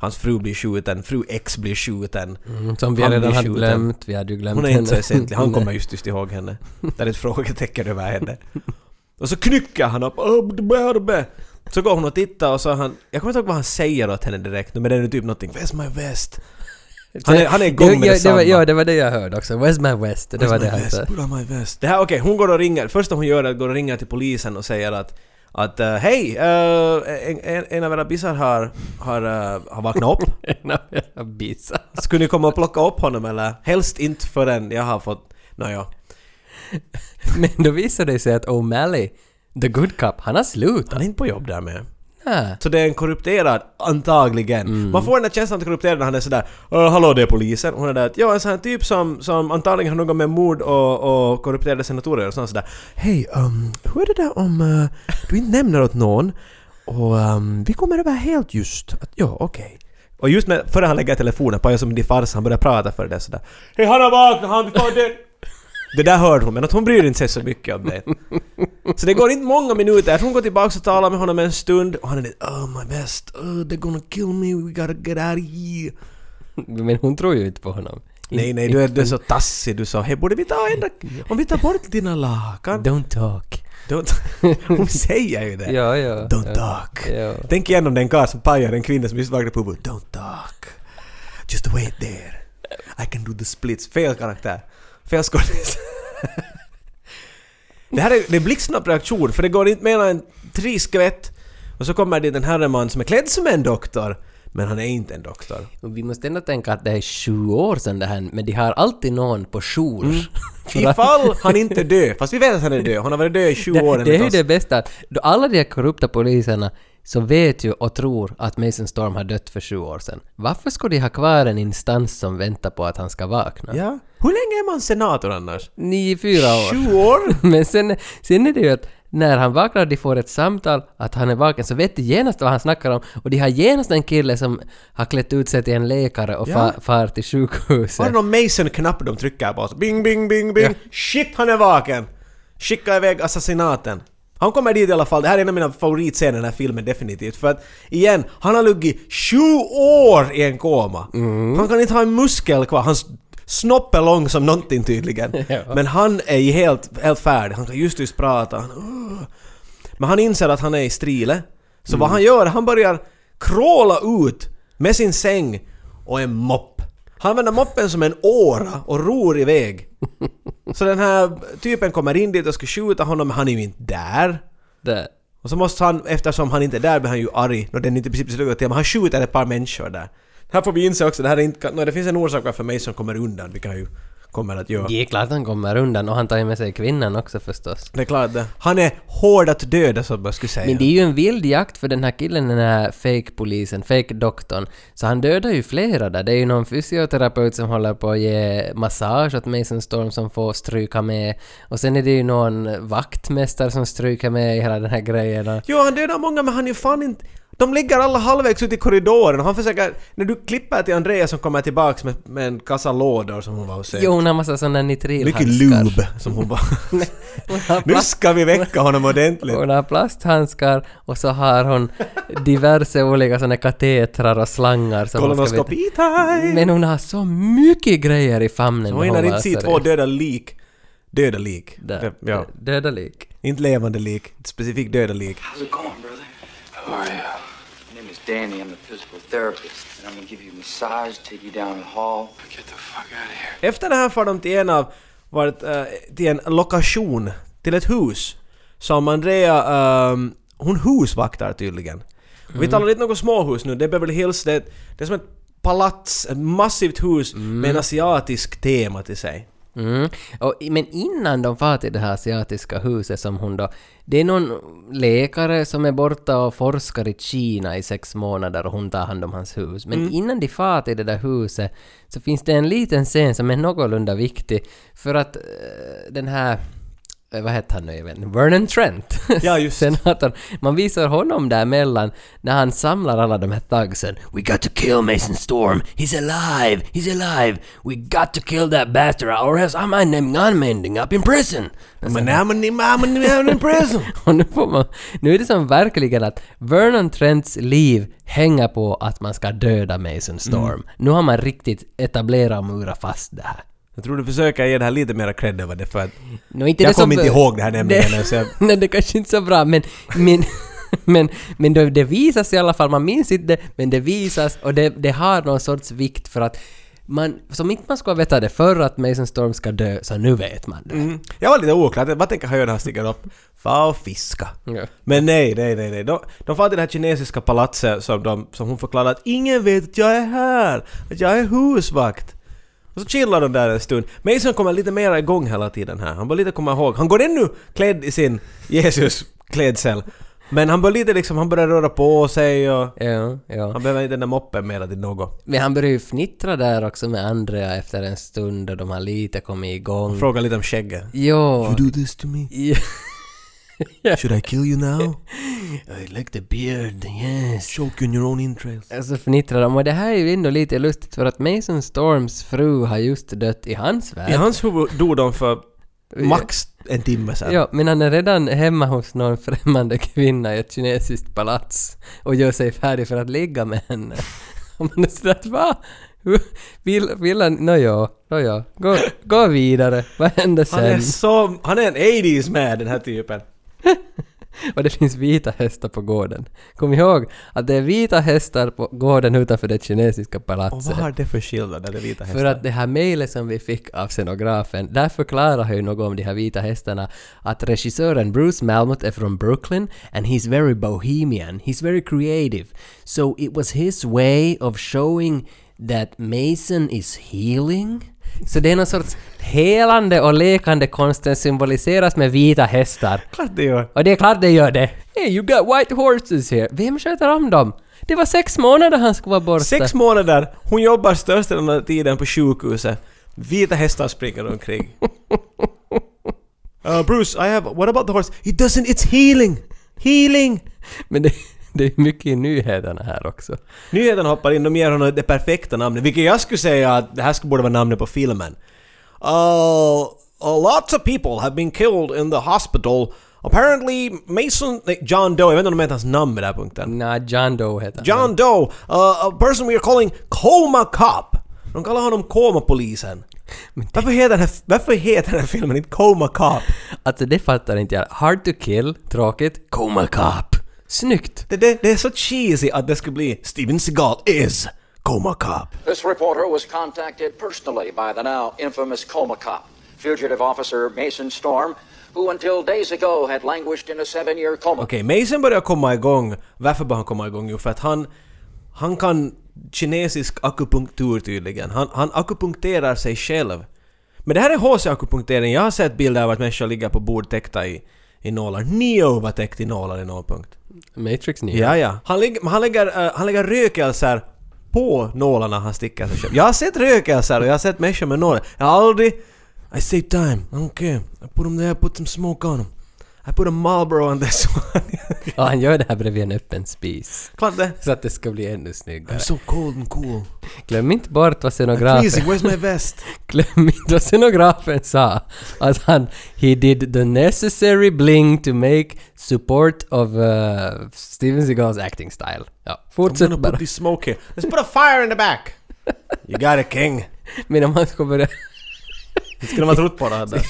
hans fru blir skjuten, fru X blir skjuten. Mm, som vi Han redan blir hade skjuten. glömt. Vi hade ju glömt Hon är henne. inte så väsentlig. Han kommer just, just ihåg henne. Det är ett frågetecken över henne. Och så knycker han upp. Så går hon och tittar och så han... Jag kommer inte ihåg vad han säger åt henne direkt. Men det är typ någonting. Where's my vest? Han är, han är igång med ja, det det var, samma. ja, det var det jag hörde också. Where's my vest? Det Where's var my det han vest? sa. Put on my vest. Det här, okej, okay, hon går och ringer. Första hon gör är att går och ringer till polisen och säger att att uh, hej, uh, en, en, en av era bissar har, har, uh, har vaknat upp. En av era bissar. Skulle ni komma och plocka upp honom eller? Helst inte förrän jag har fått... Nåja. Men då visade det sig att O'Malley, the good cop, han har slutat. Han är inte på jobb där med. Ah. Så det är en korrupterad, antagligen. Mm. Man får den här känslan att korrupterad när han är sådär uh, hallå, det är polisen. Hon är där att ja, en sån här typ som, som antagligen har något med mord och, och korrupterade senatorer och sånt sådär. Hej, um, hur är det där om uh, du inte nämner åt någon och um, vi kommer över helt just att, ja, okej. Okay. Och just när, före han lägger telefonen på, jag som din farsa, han börjar prata för det sådär. Hej, han har vaknat, han har det. Det där hörde hon, men att hon bryr inte sig så mycket om det. Så det går inte många minuter. Hon går tillbaka och talar med honom en stund. Och han är det, oh my best, oh, they're gonna kill me, we gotta get out of here. Men hon tror ju inte på honom. Nej, nej, du är, du är så tassig. Du sa, hej, borde vi ta en... Om vi tar bort dina lakan. Don't talk. Don't, hon säger ju det. Ja, ja. Don't ja. talk. Ja. Tänk igenom den karl som pajar en kvinna som just vaknar på huvudet. Don't talk. Just wait there. I can do the splits. Fel karaktär. Fel skådis. Det här är, det är blixtsnabb reaktion, för det går inte mer än tre skvätt och så kommer det den här man som är klädd som en doktor, men han är inte en doktor. Och vi måste ändå tänka att det är sju år sedan det här, men de har alltid någon på jour. Mm. Ifall han inte dör, fast vi vet att han är död. Han har varit död i sju år. Det, det är ju det bästa. Då alla de här korrupta poliserna så vet ju och tror att Mason Storm har dött för sju år sedan. Varför skulle de ha kvar en instans som väntar på att han ska vakna? Ja. Hur länge är man senator annars? Nio, fyra år. Sju år? Men sen, sen är det ju att när han vaknar de får ett samtal att han är vaken, så vet de genast vad han snackar om. Och de har genast en kille som har klätt ut sig till en läkare och Ja. far, far till sjukhuset. Var det någon Mason-knapp de trycker på? Bing, bing, bing, bing. Ja. Shit, han är vaken. Skicka iväg assassinaten. Han kommer dit i alla fall. Det här är en av mina favoritscener i den här filmen, definitivt. För att, igen, han har luggit sju år i en koma. Mm. Han kan inte ha en muskel kvar. Hans snopp är lång som någonting tydligen. Ja. Men han är ju helt, helt färdig. Han kan just just prata. Han, uh. Men han inser att han är i strile. Så mm. vad han gör, han börjar kråla ut med sin säng och en mopp. Han använder moppen som en åra och ror iväg. Så den här typen kommer in dit och ska skjuta honom, men han är ju inte där. Där. Och så måste han, eftersom han inte är där, blir han ju arg när den inte precis slutar till, men han skjuter ett par människor där. Här får vi inse också, det här är inte, no, det finns en orsak för mig som kommer undan, vi kan ju kommer att göra. Det är klart han kommer undan, och han tar ju med sig kvinnan också förstås. Det är klart det. Han är hård att döda, så jag skulle säga. Men det är ju en vild jakt för den här killen, den här fake-polisen, fake-doktorn. Så han dödar ju flera där. Det är ju någon fysioterapeut som håller på att ge massage åt Mason Storm som får stryka med. Och sen är det ju någon vaktmästare som stryker med i hela den här grejen. Jo, han dödar många, men han är ju fan inte... De ligger alla halvvägs ut i korridoren och han försöker... När du klipper till Andrea som kommer tillbaks med, med en kassa lådor som hon var och sökt. Jo, hon har massa sådana nitrilhandskar. Mycket lube som hon bara... Nu ska vi väcka honom ordentligt. Hon har plasthandskar och så har hon diverse olika sådana katetrar och slangar. Som Kolonoskopi-time! Men hon har så mycket grejer i famnen. Hon hinner inte se två döda lik. Döda lik. Dö, ja. Döda lik. Inte levande lik. Specifikt döda lik. How's it going, brother? How are you? My name is Danny. I'm a physical therapist. And I'm gonna give you a massage, take you down the hall. Get the fuck out of here. Efter det här får de till en av... Varit, uh, till en lokation. Till ett hus. Som Andrea... Um, hon husvaktar tydligen. Mm. Vi talar lite något småhus nu. Det är Beverly Hills. Det, det är som ett palats. Ett massivt hus mm. med en asiatisk tema till sig. Mm. Och, men innan de far till det här asiatiska huset som hon då... Det är någon läkare som är borta och forskar i Kina i sex månader och hon tar hand om hans hus. Men mm. innan de far till det där huset så finns det en liten scen som är någorlunda viktig. För att uh, den här vad heter han nu även? Vernon Trent. Ja, just. Senatorn. Man visar honom där mellan när han samlar alla de här thugsen. We got to kill Mason Storm. He's alive. He's alive. We got to kill that bastard or else I'm, I'm ending up in prison. Men I'm in prison. Och nu, får man, nu är det som verkligen att Vernon Trents liv hänger på att man ska döda Mason Storm. Mm. Nu har man riktigt etablerat och murat fast det här. Jag tror du försöker ge det här lite mer cred över det för att no, inte jag det kommer så, inte ihåg det här nämligen. Det, så jag... nej, det kanske inte så bra, men, men, men, men det, det visas i alla fall, man minns inte det, men det visas och det, det har någon sorts vikt för att man, som inte man ska veta det för att Mason Storm ska dö, så nu vet man det. Mm. Jag var lite oklart, vad tänker jag göra när han stiger upp? Fa och fiska. Ja. Men nej, nej, nej, nej. De, de får till det här kinesiska palatset som, de, som hon förklarar att ingen vet att jag är här, att jag är husvakt. Och så chillar de där en stund. Mason kommer lite mer igång hela tiden här. Han bör lite komma ihåg. Han går ännu klädd i sin Jesus-klädsel. Men han bör lite liksom, han börjar röra på sig och ja, ja. Han behöver inte den där moppen mer till något. Men han börjar ju fnittra där också med Andrea efter en stund och de har lite kommit igång. Han frågar lite om skägget. Jo. You do this to me? Ja. Should I kill you now? I like the beard, yes. Choke in your own entrails. Alltså fnittrar de, och det här är ju ändå lite lustigt för att Mason Storms fru har just dött i hans värld. I hans huvud dog de för max en timme sedan. Ja, men han är redan hemma hos någon främmande kvinna i ett kinesiskt palats och gör sig färdig för att ligga med henne. Och man är sådär, va? Vill, vill han, no ja, no ja. Gå, gå vidare, vad händer sen? Han är så, han är en åttiotalet med den här typen. Och det finns vita hästar på gården. Kom ihåg att det är vita hästar på gården utanför det kinesiska palatset. Och vad har det för skillnad där det är vita hästar? För att det här mejlet som vi fick av scenografen, där förklarar han ju något om de här vita hästarna, att regissören Bruce Malmuth är från Brooklyn and he's very bohemian, he's very creative. So it was his way of showing that Mason is healing. Så det är någon sorts helande och lekande konsten symboliseras med vita hästar. Klart det gör. Och det är klart det gör det. Hey, you got white horses here. Vem sköter om dem? Det var sex månader han skulle vara borta. Sex månader? Hon jobbar största den här tiden på sjukhuset. Vita hästar springer omkring. uh, Bruce, I have... What about the horse? It doesn't... It's healing! Healing! Men det... Det är mycket i nyheterna här också. Nyheterna hoppar in och ger honom det perfekta namnet. Vilket jag skulle säga att det här skulle borde vara namnet på filmen. Uh, uh, lots of people have been killed in the hospital. Apparently Mason... Nej, John Doe. Jag vet inte om de heter hans namn med den här punkten. Nej, John Doe heter John han. Doe. Uh, a person we are calling Coma Cop. De kallar honom Coma-polisen. Varför heter, den här, varför heter den här filmen inte Coma Cop? Alltså det fattar inte jag. Hard to kill, tråkigt. Coma Cop. Snyggt. Det, det, det är så cheesy att det skulle bli Steven Seagal is Coma Cop. This reporter was contacted personally by the now infamous Coma Cop, fugitive officer Mason Storm, who until days ago had languished in a seven-year coma. Okej, okay, Mason börjar komma igång. Varför börjar han komma igång? Jo, för att han, han kan kinesisk akupunktur tydligen. Han, han akupunkterar sig själv. Men det här är H C-akupunktering. Jag har sett bilder av att människor ligger på bord täckta i, i nålar. Neo var täckt i nålar i någon punkt. Matrix Neo. Ja, ja. Han, lägger, han, lägger, uh, han lägger rökelser på nålarna han sticker sig själv. Jag har sett rökelser och jag har sett människor med nålar. Jag har aldrig... I save time. Okay. I put them there, I put some smoke on them. I put a Marlboro on this one. Ja, han gör det här bredvid en öppen spis. Klart det. Så att det ska bli ännu snyggare. I'm so cold and cool. Glöm inte bort vad scenografen... I'm freezing, where's my vest? Glöm inte vad scenografen sa. Att han... He did the necessary bling to make support of uh, Steven Seagals acting style. Ja, fortsätt I'm gonna bara. put this smoke here. Let's put a fire in the back. You got a king. Men om man ska börja... Skulle man trott på det här där.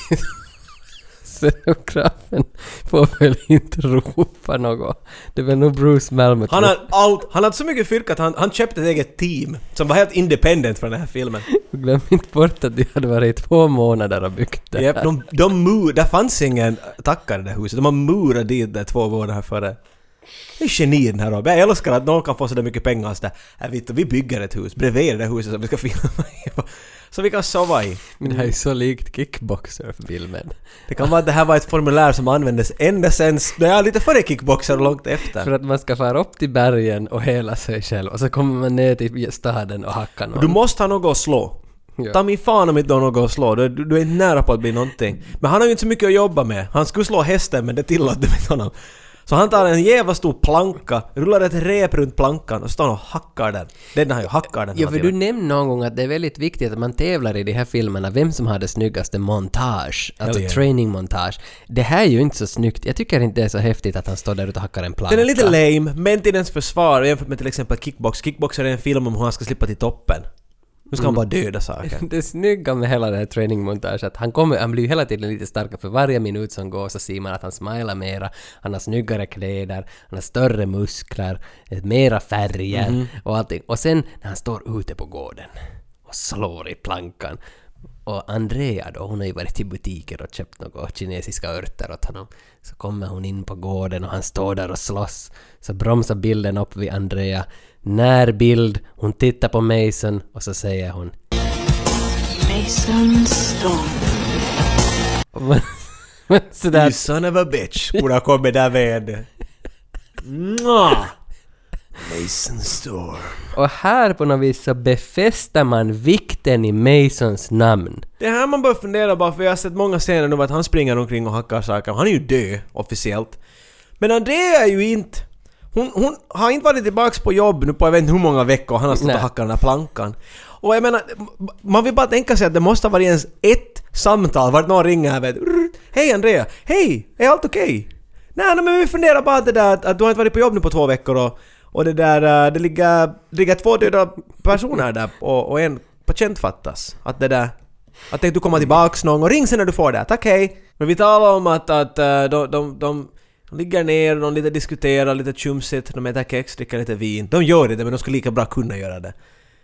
Scenografen får väl inte ropa något. Det är väl nog Bruce Malmuth. Han har allt, han hade så mycket fyrka att han, han köpte ett eget team som var helt independent från den här filmen. Glöm inte bort att de hade varit i två månader och byggt det här. Yep, de, de mur, där fanns ingen tackare i det huset. De har murat dit där två månader före. Det är geni den här Rob. Jag älskar att någon kan få så där mycket pengar så där. Jag vet, vi bygger ett hus bredvid det huset som vi ska filma i. Så vi kan sova i. Men det här är så likt Kickboxer-filmen. Det kan vara att det här var ett formulär som användes ända sen... Det är lite före Kickboxer och långt efter. För att man ska fara upp till bergen och hela sig själv. Och så kommer man ner till staden och hackar någon. Du måste ha något att slå. Ja. Ta min fan om inte någon att slå. Du, du är inte nära på att bli någonting. Men han har ju inte så mycket att jobba med. Han skulle slå hästen men det tillåter inte honom. Så han tar en jävla stor planka, rullar ett rep runt plankan och står och hackar den. Den har ju hackar den. Ja, för du nämnde någon gång att det är väldigt viktigt att man tävlar i de här filmerna vem som har det snyggaste montage, alltså yeah. training montage. Det här är ju inte så snyggt. Jag tycker inte det är så häftigt att han står där ute och hackar en planka. Den är lite lame, men till dens försvar jämfört med till exempel Kickbox. Kickbox är en film om hur han ska slippa till toppen. Nu ska mm. han bara döda saker. Det snygga med hela det här training-montage att han, kommer, han blir ju hela tiden lite starkare för varje minut som går så ser man att han smilar mera, han har snyggare kläder, han har större muskler, mera färger mm. och allting. Och sen när han står ute på gården och slår i plankan och Andrea då, hon har ju varit till butiker och köpt några kinesiska örter åt honom. Så kommer hon in på gården och han står där och slåss. Så bromsar bilden upp vid Andrea. Närbild, hon tittar på Mason och så säger hon Mason Storm. Sådär. You son of a bitch. Borde ha kommit där med. Mason Storm. Och här på något vis så befäster man vikten i Masons namn. Det här man bör fundera bara, för jag har sett många scener nu att han springer omkring och hackar saker. Han är ju död officiellt. Men Andrea är ju inte... Hon, hon har inte varit tillbaka på jobb nu på jag vet inte hur många veckor han har stått och hackat den här plankan. Och jag menar, man vill bara tänka sig att det måste ha varit ens ett samtal vart någon ringer här vet. Hej Andrea, hej, är allt okej? Okay? Nej, men vi funderar bara det där att, att du har inte varit på jobb nu på två veckor och, och det där, det ligger, det ligger två döda personer där och, och en patient fattas. Att det där, att du kommer tillbaka någon och ring sen när du får det. Tack, hej. Men vi talar om att, att de, de, de De ligger ner, de lite diskuterar, lite tjumsigt, de äter kex, dricker lite vin. De gör det, men de skulle lika bra kunna göra det.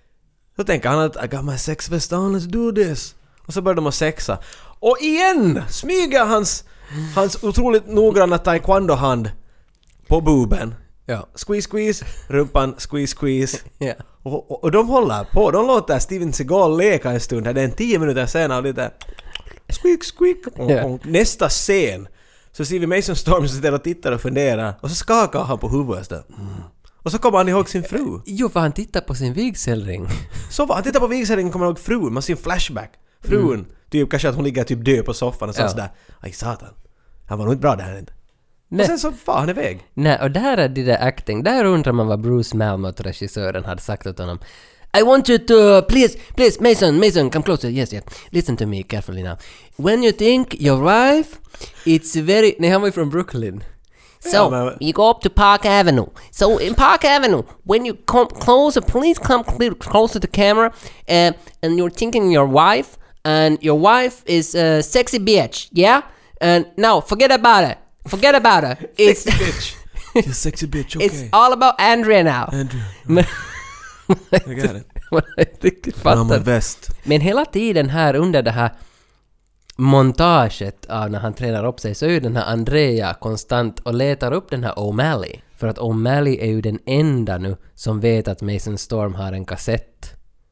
Så tänker han att I got my sex vest on, let's do this. Och så börjar de att sexa. Och igen smyger hans, hans otroligt noggranna taekwondo-hand på boben. Ja. Squeeze, squeeze, rumpan, squeeze, squeeze. Ja. Och, och, och de håller på, de låter Steven Seagal leka en stund. Det är en tio minuter senare och lite squeak, squeak. Och, Ja. och nästa scen så ser vi Mason Storm sitter och tittar och funderar. Och så skakar han på huvudet. Mm. Och så kommer han ihåg sin fru. Jo, för han tittar på sin vigselring. Så var han tittar på vigselringen och kommer ihåg frun. Man ser en flashback. Frun. Mm. Typ kanske att hon ligger typ död på soffan och så, ja. Sådär. Aj satan. Han var nog inte bra där inte. Nej. Och sen så far han iväg. Nej, och där är det där acting. Där undrar man vad Bruce Malmott, regissören, hade sagt åt honom. I want you to, please, please, Mason, Mason, come closer. Yes, yes. Listen to me carefully now. When you think your wife, it's very... Nej, han var ju från Brooklyn. So, ja, men... you go up to Park Avenue. So, in Park Avenue, when you come closer, please come closer to the camera. Uh, and you're thinking your wife, and your wife is a sexy bitch, yeah? And now, forget about it. Forget about it. It's... Sexy bitch. You're sexy bitch, okay. It's all about Andrea now. Andrea. Men... I got it. I'm a vest. Men hela tiden här under det här montaget av när han tränar upp sig så är ju den här Andrea konstant och letar upp den här O'Malley. För att O'Malley är ju den enda nu som vet att Mason Storm har en kassett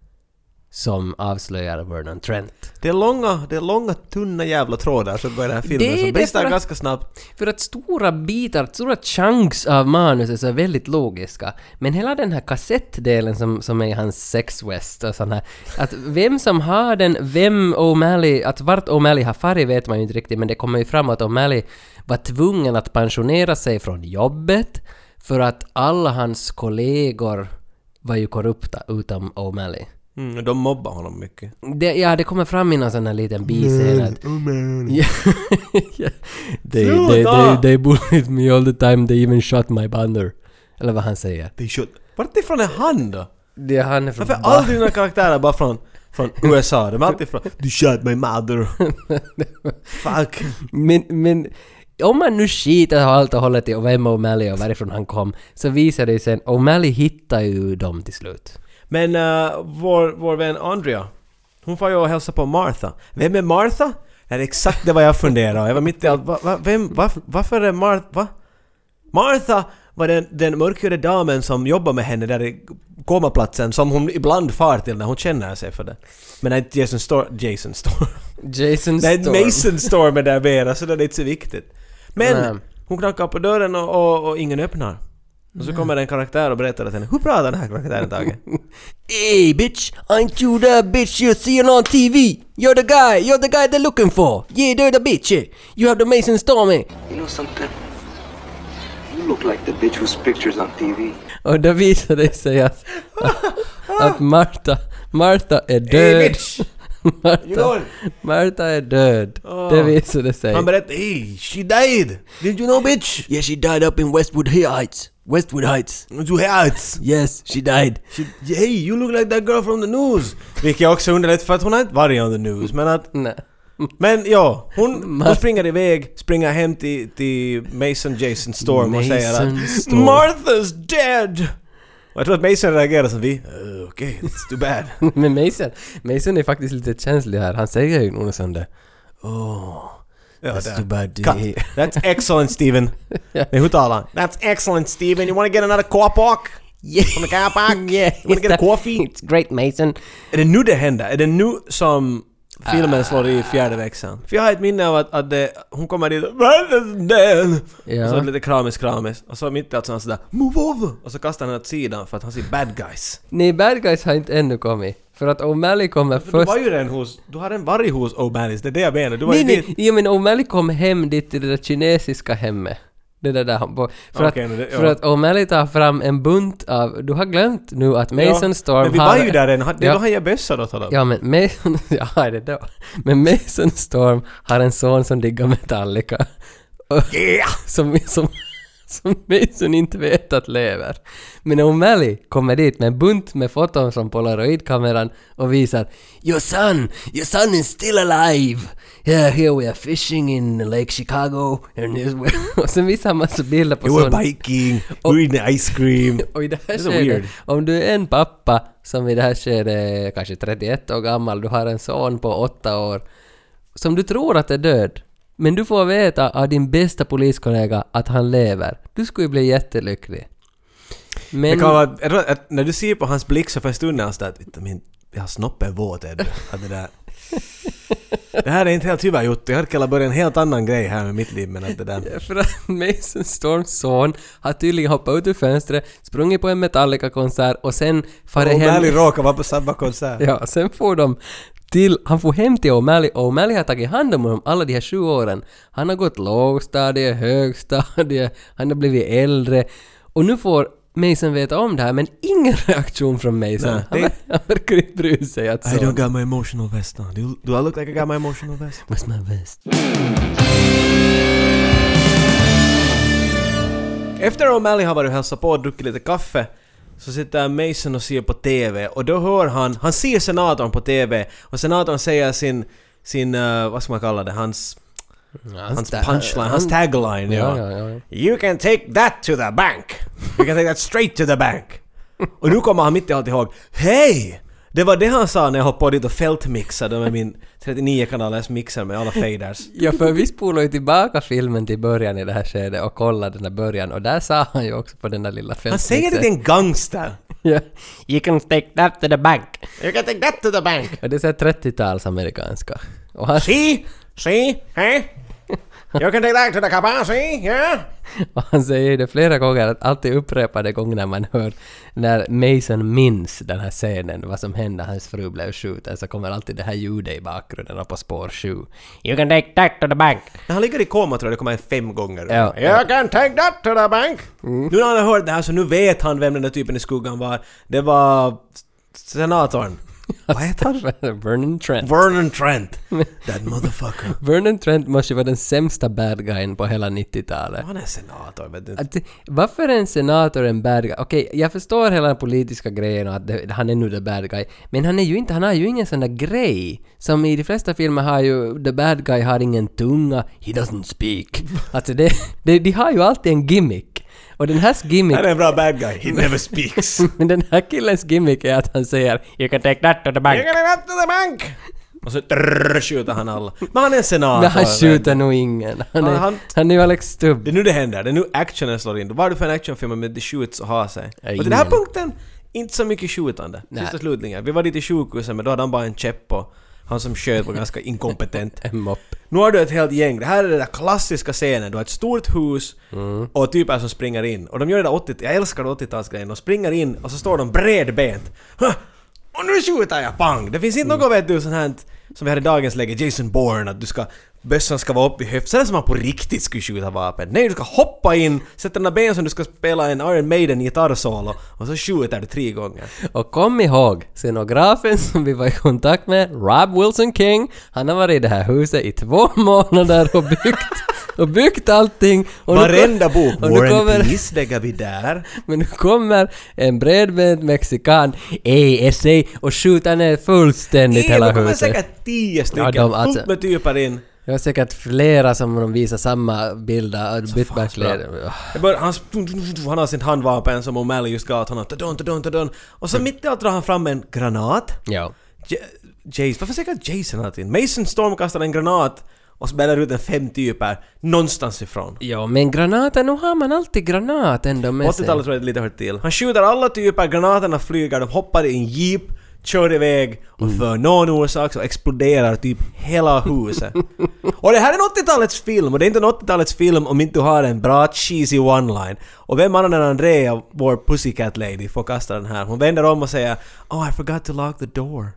som avslöjar Vernon Trent. Det är långa, det är långa tunna jävla trådar som går i den här filmen som brister ganska snabbt. För att stora bitar, stora chunks av manuset är väldigt logiska. Men hela den här kassettdelen som, som är hans sex west och sån här, att vem som har den, vem O'Malley, att vart O'Malley har farit vet man ju inte riktigt, men det kommer ju fram att O'Malley var tvungen att pensionera sig från jobbet för att alla hans kollegor var ju korrupta utom O'Malley. Mm, de mobbar honom mycket. Det, ja, det kommer fram i någon sån här liten biscen att... Oh man. Yeah. they, they, they, they bullied me all the time. They even shot my banner. Eller vad han säger. They shot... Vart ifrån är han då? Det är han är från... Varför är aldrig några karaktärer bara från, från U S A? De är alltid från... Du shot my mother. Fuck. Men... men om man nu skiter allt och håller till och vem O'Malley och varifrån han kom så visar det sig sen O'Malley hittar ju dem till slut. Men uh, vår, vår vän Andrea, hon får ju och hälsa på Martha. Vem är Martha? Det är exakt det vad jag funderar. Jag var mitt i allt. Va, va, vem, va, varför är Martha? Va? Martha var den, den mörkhyade damen som jobbar med henne där i komaplatsen som hon ibland far till när hon känner sig för det. Men det är inte Jason Storm. Jason Storm. Jason det är Storm. Mason Storm är där mera så det är inte så viktigt. Men Nej. hon knackar på dörren och, och, och ingen öppnar. Och så kommer en karaktär och berättar att henne, hur pratar den här karaktären Tage? Hey bitch, aren't you the bitch you're seeing on T V? You're the guy, you're the guy they're looking for. Yeah, they're the bitch. Yeah. You have the Mason Stormy. You know something? You look like the bitch whose pictures on T V. Och då visar det sig att, att, att Martha, Martha är död. Hey bitch! Martha, Martha är död. Oh. Det visar det sig. Han berättade, hey, she died. Did you know bitch? Yeah, she died up in Westwood Heights. Westwood Heights. Westwood Heights. Yes, she died. She, hey, you look like that girl from the news. Vilket jag också underlätt för att hon har inte varit on the news. Men att... Nej. Men ja, hon, hon springer iväg, springer hem till, till Mason Jason Storm Mason och säger att Storm. Martha's dead! Och jag tror att Mason reagerar som vi. Uh, Okej, okay, it's too bad. Men Mason, Mason är faktiskt lite känslig här. Han säger ju något sånt där. Oh, ja, that's där. too bad. That's excellent, Steven. yeah. Nej, hur talar han? That's excellent, Steven. You wanna get another car-park? Yeah. From the car park? Yeah. You wanna get a coffee? It's great, Mason. Är det nu det händer? Är det nu som... filmen slår i fjärde växeln. För jag har ett minne av att, att det, hon kommer dit och ja. Och så lite kramis kramis. Och så mitt i allt sånt sådär move over! Och så kastar han åt sidan för att han ser bad guys. Nej, bad guys har inte ännu kommit. För att O'Malley kommer först... Du var ju den hos... Du har en varit hos O'Malley, det är det jag menar. Du var nej, ju nej. dit. Ja, men O'Malley kom hem dit till det där kinesiska hemmet. Det där där han på. För, okay, att, det, ja. för att O'Malley tar fram en bunt av... Du har glömt nu att Mason ja, Storm har... Men vi har, var ju där än. Det är ja, då han ger bössa då talar. Ja, men Mason... Ja, är det då. Men Mason Storm har en son som diggar Metallica. Och, yeah! Som... som som Mason inte vet att lever. Men O'Malley kommer dit med en bunt med foton från Polaroid-kameran och visar Your son, your son is still alive. Yeah, here we are fishing in Lake Chicago. And och sen visar han massa bilder på you sån... were biking, we're eating ice cream. Och i det här skedet, om du är en pappa som i det här skedet kanske trettioett år gammal, du har en son på åtta år som du tror att är död. Men du får veta av din bästa poliskollega att han lever. Du skulle bli jättelycklig. Men... Det kan vara, jag tror att när du ser på hans blick så för stunden så att jag har snoppen våt är det. Att det där... Det här är inte helt hyvä juttu. Jag hade kunnat börja en helt annan grej här med mitt liv. Men att det där... För att Mason Storms son har tydligen hoppat ut ur fönstret, sprungit på en Metallica-konsert och sen far hem... O'Malley råkar vara på samma konsert. Ja, sen får de... Till, han får hem till O'Malley och O'Malley har tagit hand om honom alla de här sju åren. Han har gått lågstadie, högstadie, han har blivit äldre. Och nu får Mason veta om det här, men ingen reaktion från Mason. Nej, han, det... han verkar inte bry sig att så. I don't got my emotional vest on. Do, do I look like I got my emotional vest? Where's my vest? Efter O'Malley har varit och hälsat på och druckit lite kaffe så sitter Mason och ser på T V och då hör han, han ser senatorn på T V och senatorn säger sin, sin uh, vad ska man kalla det, hans, ja, hans punchline, hans tagline. Ja. Ja, ja, ja. You can take that to the bank. You can take that straight to the bank. Och nu kommer han mitt i allt ihåg, hej! Det var det han sa när jag hoppade på dit och fältmixade med min trettionio kanalers mixer med alla faders. Ja, för vi spolar ju tillbaka filmen till början i det här skedet och kollade den där början. Och där sa han ju också på den där lilla fältmixen. Han säger det till en gangster. Ja. You can take that to the bank. You can take that to the bank. Och det är trettio-tals amerikanska. Och han... See? See? Hey? You can take that to the capacity, yeah? Och han säger det flera gånger, att alltid upprepade gånger när man hör när Mason minns den här scenen, vad som hände, hans fru blev skjuten, så kommer alltid det här ljudet i bakgrunden och på spår sju. You can take that to the bank. När han ligger i koma tror jag det kommer en fem gånger. Ja, you ja. can take that to the bank. Mm. Nu när han har hört det här så nu vet han vem den där typen i skuggan var. Det var senatorn. Vad heter han? Vernon Trent. Vernon Trent. That motherfucker. Vernon Trent måste vara den sämsta bad guyen på hela nittiotalet. Han är senator, vet du. Att, varför är en senator en bad guy? Okej, jag förstår hela den politiska grejen och att det, han är nu the bad guy. Men han är ju inte, han har ju ingen sån där grej. Som i de flesta filmer har ju, the bad guy har ingen tunga. He doesn't speak. Alltså det, det, de har ju alltid en gimmick. Och den här gimmick... Han är en bra bad guy. He never speaks. Men den här killens gimmick är att han säger You can take that to the bank. You can take that to the bank. Och så drrr, skjuter han alla. Men han är en senator. Men han skjuter nog ingen. Han är, ja, han, han är ju Alex Stubb. Det är nu det händer. Det är nu actionen slår in. Vad är det för en actionfilm med the shoots och ha sig? Ja, och till den här punkten, inte så mycket skjutande. Sista slutningen. Vi var dit i sjukhuset men då hade han bara en käpp på, Han som sköt var ganska inkompetent. En mopp. Nu har du ett helt gäng. Det här är den där klassiska scenen. Du har ett stort hus Mm. och typer som springer in. Och de gör det där åttio... Jag älskar åttiotalsgrejen. De springer in och så står de bredbent. Huh! Och nu skjuter jag, pang! Det finns inte Mm. något, vet du, sånt här som vi hade i dagens läge, Jason Bourne, att du ska... Bössan ska vara uppe i höft. Så är det som man på riktigt skulle skjuta vapen. Nej, du ska hoppa in, sätta dina ben som du ska spela en Iron Maiden gitarrsolo och så skjuter du tre gånger. Och kom ihåg, scenografen som vi var i kontakt med, Rob Wilson King, han har varit i det här huset i två månader och byggt, och byggt allting. Och Varenda bok, och nu War and kommer, Peace lägger vi där. men nu kommer en bredbent mexikan, A S A, och skjuter ner fullständigt Nej, hela det kommer huset. säkert tio stycken, Ja, de, alltså- fullt med typer in. Det var säkert flera som de visar samma bilder och bytt fan, så bra. kläder. Det bör, han, han har sin handvapen som O'Malley just gav honom. Tadon, tadon, tadon. Och så mitt i allt drar han fram en granat. Ja. J- Jason, varför säger jag Jason alltid? Mason Storm kastar en granat och smäller ut en fem typer någonstans ifrån. Ja, men granater, nu har man alltid granat ändå med sig. åttiotalet tror jag det lite hört till. Han skjuter alla typer, granaterna flyger, de hoppar i en jeep, kör iväg och för någon orsak så exploderar typ hela huset. Och det här är en åttiotalets film och det är inte en åttiotalets film om inte du har en bra cheesy one-line. Och vem annan än Andrea, vår pussycat lady, får kasta den här. Hon vänder om och säger "Oh, I forgot to lock the door."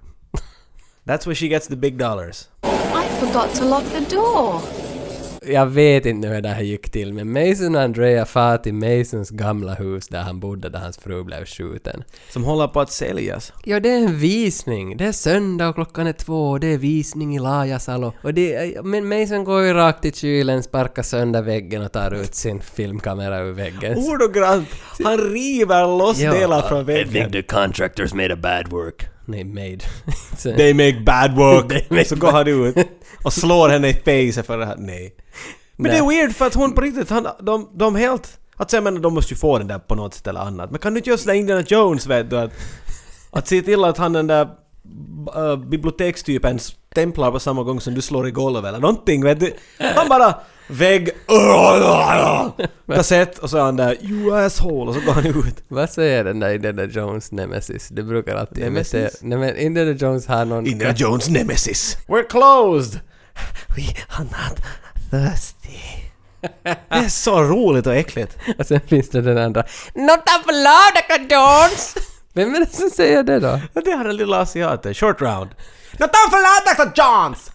That's where she gets the big dollars. I forgot to lock the door. Jag vet inte hur det här gick till, men Mason och Andrea far till Masons gamla hus där han bodde, där hans fru blev skjuten. Som håller på att säljas. Ja, det är en visning. Det är söndag och klockan är två och det är visning i Lajasalo. Och det är, men Mason går ju rakt i kylen, sparkar sönder väggen och tar ut sin filmkamera ur väggen. Ordagrant. Han river loss Ja, delar från I väggen. think the contractors made a bad work. Nej, made. Så- They make bad work. They make Så går han ut och slår henne i face för det här. Nej. Men Nej. det är weird för att hon på riktigt, han, de, de helt... Att säga, men de måste ju få den där på något sätt eller annat. Men kan du inte just slänga Indiana Jones, vet du? Att, att se till att han den där uh, bibliotekstypen stämplar på samma gång som du slår i golvet eller någonting, vet du? Han bara vägg, kassett och så är han där you asshole och så går han ut. Vad säger den där Indiana Jones nemesis? Det brukar alltid Nemesis? imitera- Nej, men Indiana Jones har någon... Indiana Jones nemesis. We're closed. We are not thirsty. Det är så roligt och äckligt. Och sen finns det den andra. Not a Doctor Jones! Vem är det som säger det då? Ja, det har den lilla asiaten. Short round. Not time for loud, Doctor Jones!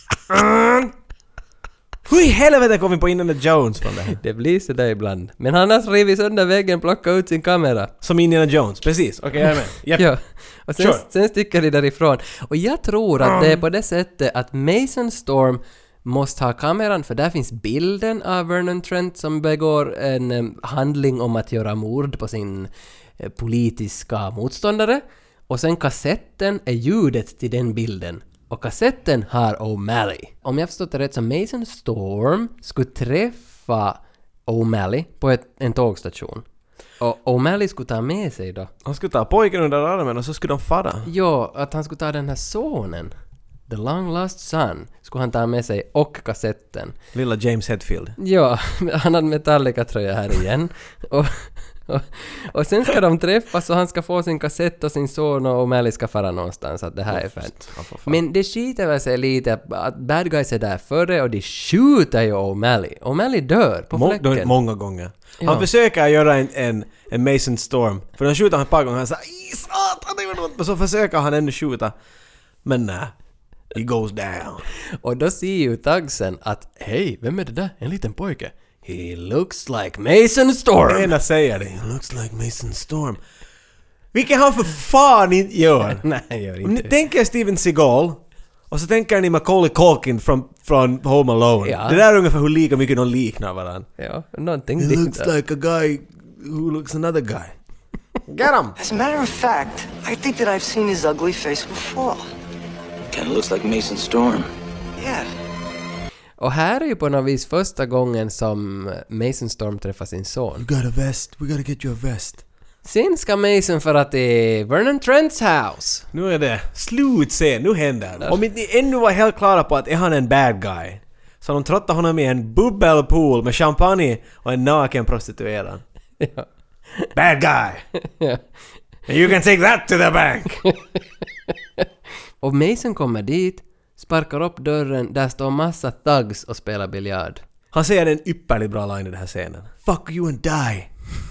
Mm. Hur i helvete kom vi på Indiana Jones från det här? Det blir så där ibland. Men han har rivit sönder väggen, plockat ut sin kamera. Som Indiana Jones, precis. Okej, okay, jag är med. Yep. Ja. Och sen, Sure. sen sticker de därifrån. Och jag tror att det är på det sättet att Mason Storm måste ha kameran, för där finns bilden av Vernon Trent som begår en um, handling om att göra mord på sin eh, politiska motståndare. Och sen kassetten är ljudet till den bilden. Och kassetten har O'Malley. Om jag förstått det rätt så Mason Storm skulle träffa O'Malley på ett, en tågstation. Och O'Malley skulle ta med sig då. Han skulle ta pojken under armen och så skulle de fara. Ja, att han skulle ta den här sonen. The Long Lost Son skulle han ta med sig och kassetten. Lilla James Hetfield. Ja, han hade Metallica-tröja här igen. och, och, och sen ska de träffas och han ska få sin kassett och sin son och O'Malley ska fara någonstans. Att det här är fett. Men det skiter väl sig lite att bad guys är där före och de skjuter ju O'Malley. O'Malley dör på Må- fläcken. många gånger. Ja. Han försöker göra en, en, en Mason Storm. För han skjuter han ett par gånger och han säger satan, det var något. Och så försöker han ännu skjuta. Men nej. He goes down. Och då ser ju tagsen att hej, vem är det där? En liten pojke. He looks like Mason Storm. Det ena säger det. He looks like Mason Storm. Vilket han för fan inte gör. Nej, jag gör Om ni inte. tänker Steven Seagal och så tänker ni Macaulay Culkin från, från Home Alone. Ja. Det där är ungefär hur lika mycket de liknar varandra. Ja, någonting He dit looks där. like a guy who looks another guy. Get him! As a matter of fact, I think that I've seen his ugly face before. Kind of looks like Mason Storm. Yeah. Och här är ju på något vis första gången som Mason Storm träffar sin son. You got a vest. We gotta get you a vest. Sen ska Mason för att till Vernon Trents house. Nu är det slutscen. Nu händer det. Om inte ni ännu var helt klara på att är han en bad guy så de trottar honom i en bubbelpool med champagne och en naken prostituerad. Ja. Bad guy! Ja. And you can take that to the bank! Och Mason kommer dit, sparkar upp dörren, där står massa thugs och spelar biljard. Han säger en ypperligt bra line i den här scenen. Fuck you and die.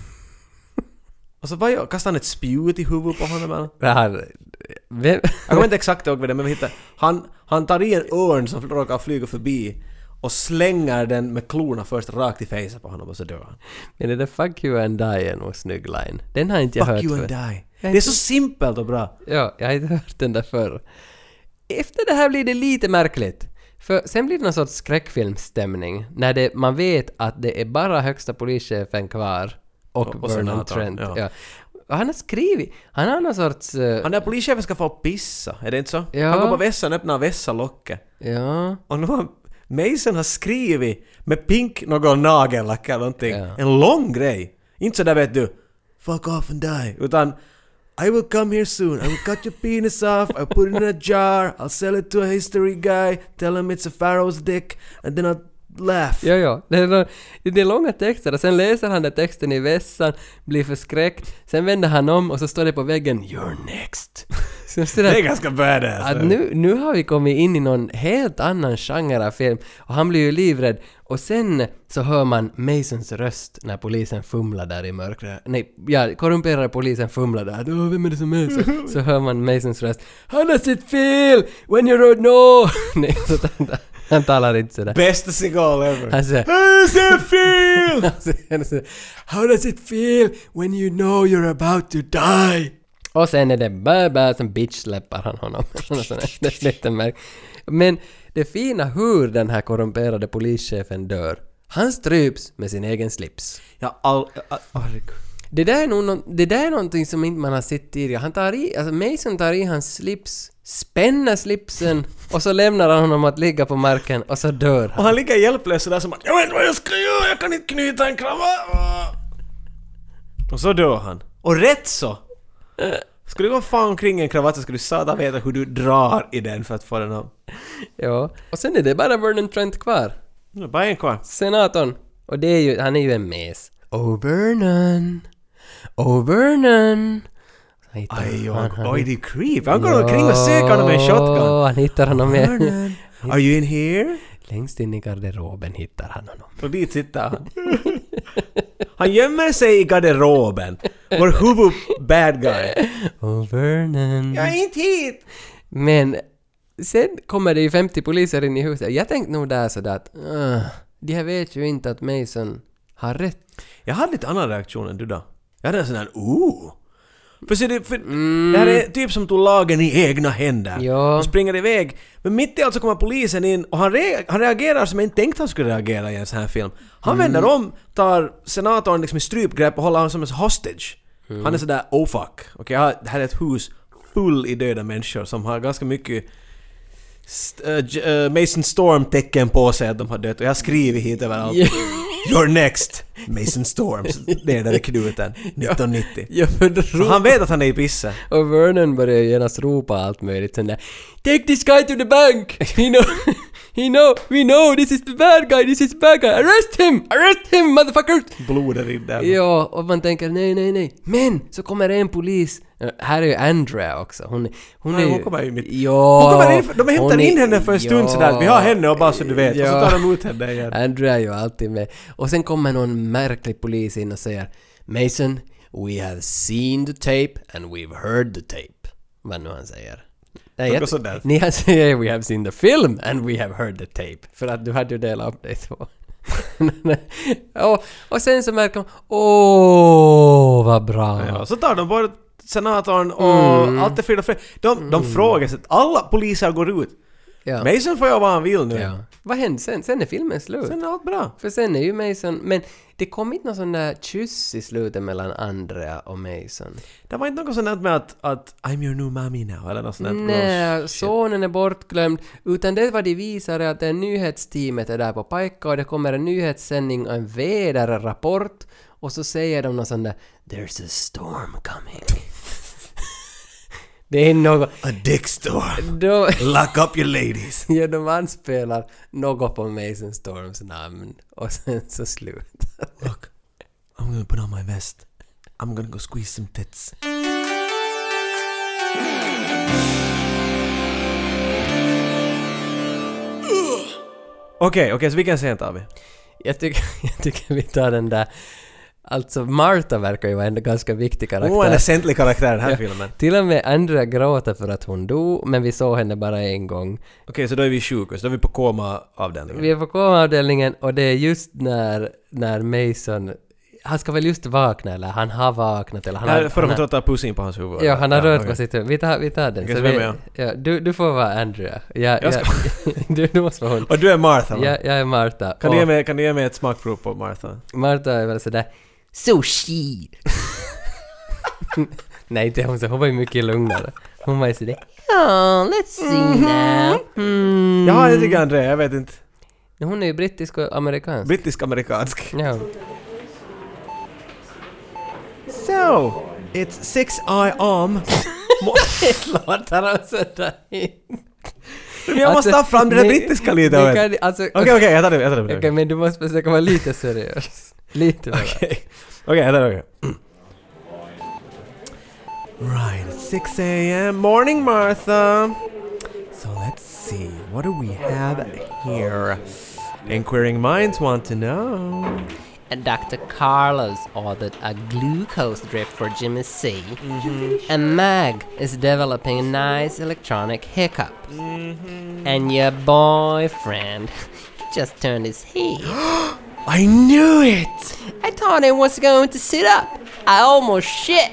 Och så vad gör, kastar han ett spjut i huvudet på honom eller? Det här, vem? Jag kommer inte exakt ihåg vad det, men vi hittar, han, han tar i en örn som råkar flyga förbi och slänger den med klorna först rakt i fejset på honom och så dör han. Men det där fuck you and die är nog snygg line. Den har inte jag fuck hört you för. and die. Det är så simpelt och bra. Ja, jag har inte hört den där förr. Efter det här blir det lite märkligt. För sen blir det någon sorts skräckfilmsstämning när det, man vet att det är bara högsta polischefen kvar och, och, och Vernon senator, Trent. ja. Ja. Och han har skrivit, han har någon sorts... Uh, han där polischefen ska få pissa, är det inte så? Ja. Han går på vässan, öppnar vässalocket. Ja. Och nu har Mason har skrivit med pink någon nagellack eller någonting. Ja. En lång grej. Inte så där vet du, fuck off and die. Utan I will come here soon. I will cut your penis off. I'll put it in a jar. I'll sell it to a history guy. Tell him it's a pharaoh's dick. And then I'll laugh. Ja, ja. Det är, någon, det är långa texter. Och sen läser han den texten i vässan, blir förskräckt. Sen vänder han om och så står det på väggen You're next. Så så det är ganska badass. Att nu, nu har vi kommit in i någon helt annan genre av film. Och han blir ju livrädd. Och sen så hör man Masons röst när polisen fumlar där i mörkret. Nej, ja, korrumperade polisen fumlar där. Åh, vem är det som är så? Så hör man Masons röst. How does it feel when you don't know? Nej, så han talar inte sådär. Bästa Seagal ever. Han säger, how does it feel? han säger, how does it feel when you know you're about to die? Och sen är det bä bä som bitch släpper han honom. Det är lite märkligt. Men det fina hur den här korrumperade polischefen dör. Han stryps med sin egen slips. Ja, all, all, all, det, där är nog, det där är någonting som inte man har sett tidigare. Han tar i, alltså Mason tar i hans slips, spänner slipsen och så lämnar han honom att ligga på marken och så dör han. Och han ligger hjälplös sådär som att jag vet inte vad jag ska göra, jag kan inte knyta en kravatt. Och så dör han. Och rätt så. Ska du gå fan omkring en kravatt så ska du satan veta hur du drar i den för att få den av. Ja, och sen är det bara Vernon Trent kvar. Ja, bara en kvar. Senatorn. Och det är ju, han är ju en mes. Oh Vernon. Oh Vernon. Aj, han, han, oj, det är creep. Han går omkring och söker honom med en shotgun. Han hittar honom med. Are you in here? Längst in i garderoben hittar han honom. Och dit sitter han. Han gömmer sig i garderoben. Vår huvud bad guy. Oh Vernon. Jag är inte hit. Men sen kommer det ju femtio poliser in i huset. Jag tänkte nog där sådär att uh, de här vet ju inte att Mason har rätt. Jag hade lite annan reaktion än du då. Jag hade en sån här, ooh. För, så det, för mm. det här är typ som tog lagen i egna händer. Ja. Och springer iväg. Men mitt i allt så kommer polisen in och han, re- han reagerar som jag inte tänkte han skulle reagera i en sån här film. Han mm. vänder om, tar senatorn liksom i strypgrepp och håller honom som en hostage. Mm. Han är sådär, oh fuck. Okej, okay, det här är ett hus full i döda människor som har ganska mycket st- uh, uh, Mason Storm-tecken på sig att de har dött. Och jag har skrivit hit överallt. Yeah. You're next, Mason Storm. Det är där det knuten, nittonhundranittio. Ja, så han vet att han är i pisse. Och Vernon börjar genast ropa allt möjligt sån där. Take this guy to the bank! He know, he know, we know, this is the bad guy, this is the bad guy. Arrest him! Arrest him, motherfucker! Blodet rinner. Ja, och man tänker nej, nej, nej. Men så kommer en polis. Här är ju Andrea också. Hon, hon nej, är ju... Hon kommer ju mitt... Ja, hon kommer in, de hämtar in är, henne för en stund ja, sådär. Vi har henne och bara så du vet. Ja. Och så tar de ut henne igen. Andrea är ju alltid med. Och sen kommer någon märklig polis in och säger Mason, we have seen the tape and we've heard the tape. Vad nu han säger. Nej, jag, sådär. Ni har säger we have seen the film and we have heard the tape. För att du hade ju delat upp det två. och, och sen så märker man, åh, vad bra. Ja, så tar de bara senatorn och mm. allt är frid och fred. De, mm. de frågar sig, alla poliser går ut. Ja. Mason får göra vad han vill nu. Ja. Vad händer sen? Sen är filmen slut. Sen är allt bra. För sen är ju Mason... Men det kom inte någon sån där kyss i slutet mellan Andrea och Mason. Det var inte något sånt med att, att I'm your new mommy now eller något sånt. Nej, sonen är bortglömd. Utan det var de visar att det nyhetsteamet är där på pajka och det kommer en nyhetssändning och en väderrapport och så säger de något sånt där There's a storm coming. Det är något... A dick storm. Då, Lock up your ladies. Ja, de anspelar något på Mason Storms namn. Och sen så slut. Look, I'm gonna put on my vest. I'm gonna go squeeze some tits. Okej, okay, okay, så vilken scen tar vi? Jag tycker, jag tycker vi tar den där... Alltså Martha verkar ju vara en ganska viktig karaktär. Hon är en väsentlig karaktär i den här ja, filmen. Till och med Andrea gråter för att hon dog, men vi såg henne bara en gång. Okej, okay, så då är vi sjukhus. Då är vi på koma-avdelningen. Vi är på koma-avdelningen och det är just när, när Mason... Han ska väl just vakna, eller han har vaknat, eller han Nej, har... för att han de tar pussing på hans huvud. Ja, han har ja, rört okay. på sitt huvud. Vi tar, vi tar den. Okay, så så vi, jag? ja, du, du får vara Andrea. Jag, jag ska... jag, du, du måste vara hon. Och du är Martha, va? Jag, jag är Martha. Kan, och... du ge mig, kan du ge mig ett smakprov på Martha? Martha är väl sådär... So she... Nej, inte hon så. Hon var ju mycket lugnare. Hon var ju sådär... Oh, let's see now. Mm. Ja, jag tycker Andrea, jag vet inte. Hon är ju brittisk och amerikansk. Brittisk-amerikansk. Ja. So, it's six-eye arm. Låter de sådär inte. Jag måste ta fram det där brittiska lite. Okej, alltså, okej, okay, okay, jag tar det. Jag tar det. Okej, okay, men du måste försöka vara lite seriös. Lite bara. Okej, okay. okay, jag tar det. Okay. Right, it's six a.m. Morning, Martha. So let's see, what do we have here? Inquiring minds want to know. And Doctor Carlos ordered a glucose drip for Jimmy C. Mm-hmm. And Mag is developing a nice electronic hiccup. Mm-hmm. And your boyfriend just turned his head. I knew it! I thought he was going to sit up. I almost shit.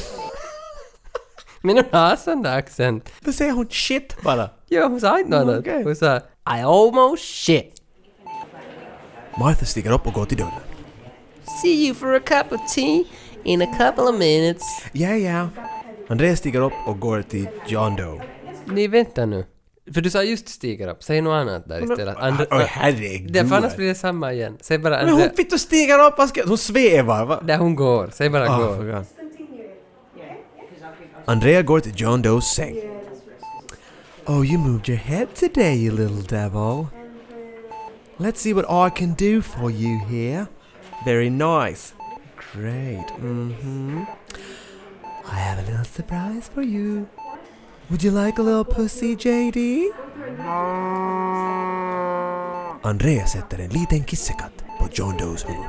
Men hon har sån där accent. Vad säger hon? Shit bara? Ja, hon sa inte något annat. Okay. Hon sa I almost shit. Martha stiger upp och går till dörren. See you for a cup of tea in a couple of minutes. Ja, yeah, ja. Yeah. Andreas stiger upp och går till John Doe. Ni väntar nu. För du sa just stiger upp. Säg något annat där istället. Andre- Oj, herregud. Det för annars blir det samma igen. Säg bara Men hon fick då stiga upp. Hon svävar, va? Där hon går. Säg bara oh, går. Förlåt. Andrea går till John Does säng. Oh, you moved your head today, you little devil. Let's see what I can do for you here. Very nice. Great. Mm-hmm. I have a little surprise for you. Would you like a little pussy, J D? Andrea sätter en liten kissekatt på John Does huvud.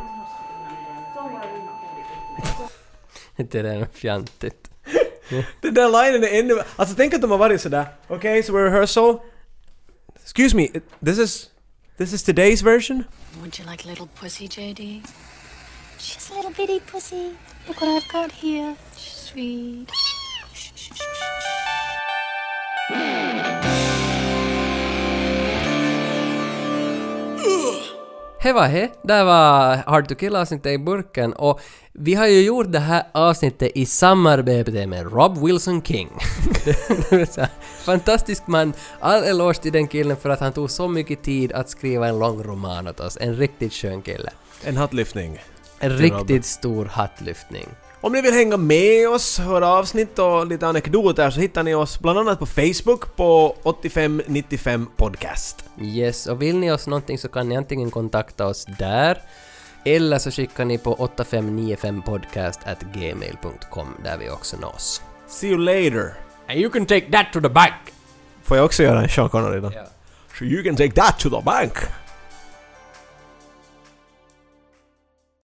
Det där är fjantigt. Den där linen är ännu... Alltså tänk att de har varit sådär. Okay, so we're rehearsal. Excuse me, this is... This is today's version? Would you like a little pussy, J D? Just a little bitty pussy. Look what I've got here. Sweet. Hej var hej, det var Hard to Kill avsnittet i burken och vi har ju gjort det här avsnittet i samarbete med Rob Wilson King. Fantastisk man, all eloge till den killen för att han tog så mycket tid att skriva en lång roman åt oss. En riktigt skön kille. En hattlyftning. En riktigt stor hattlyftning. Om ni vill hänga med oss, höra avsnitt och lite anekdoter så hittar ni oss bland annat på Facebook på åttiofem nittiofem podcast. Yes, och vill ni oss någonting så kan ni antingen kontakta oss där eller så skickar ni på åtta fem nio fem podcast at gmail dot com där vi också nås. See you later. And you can take that to the bank. Får jag också göra en Sean Connery då? Ja. So you can take that to the bank.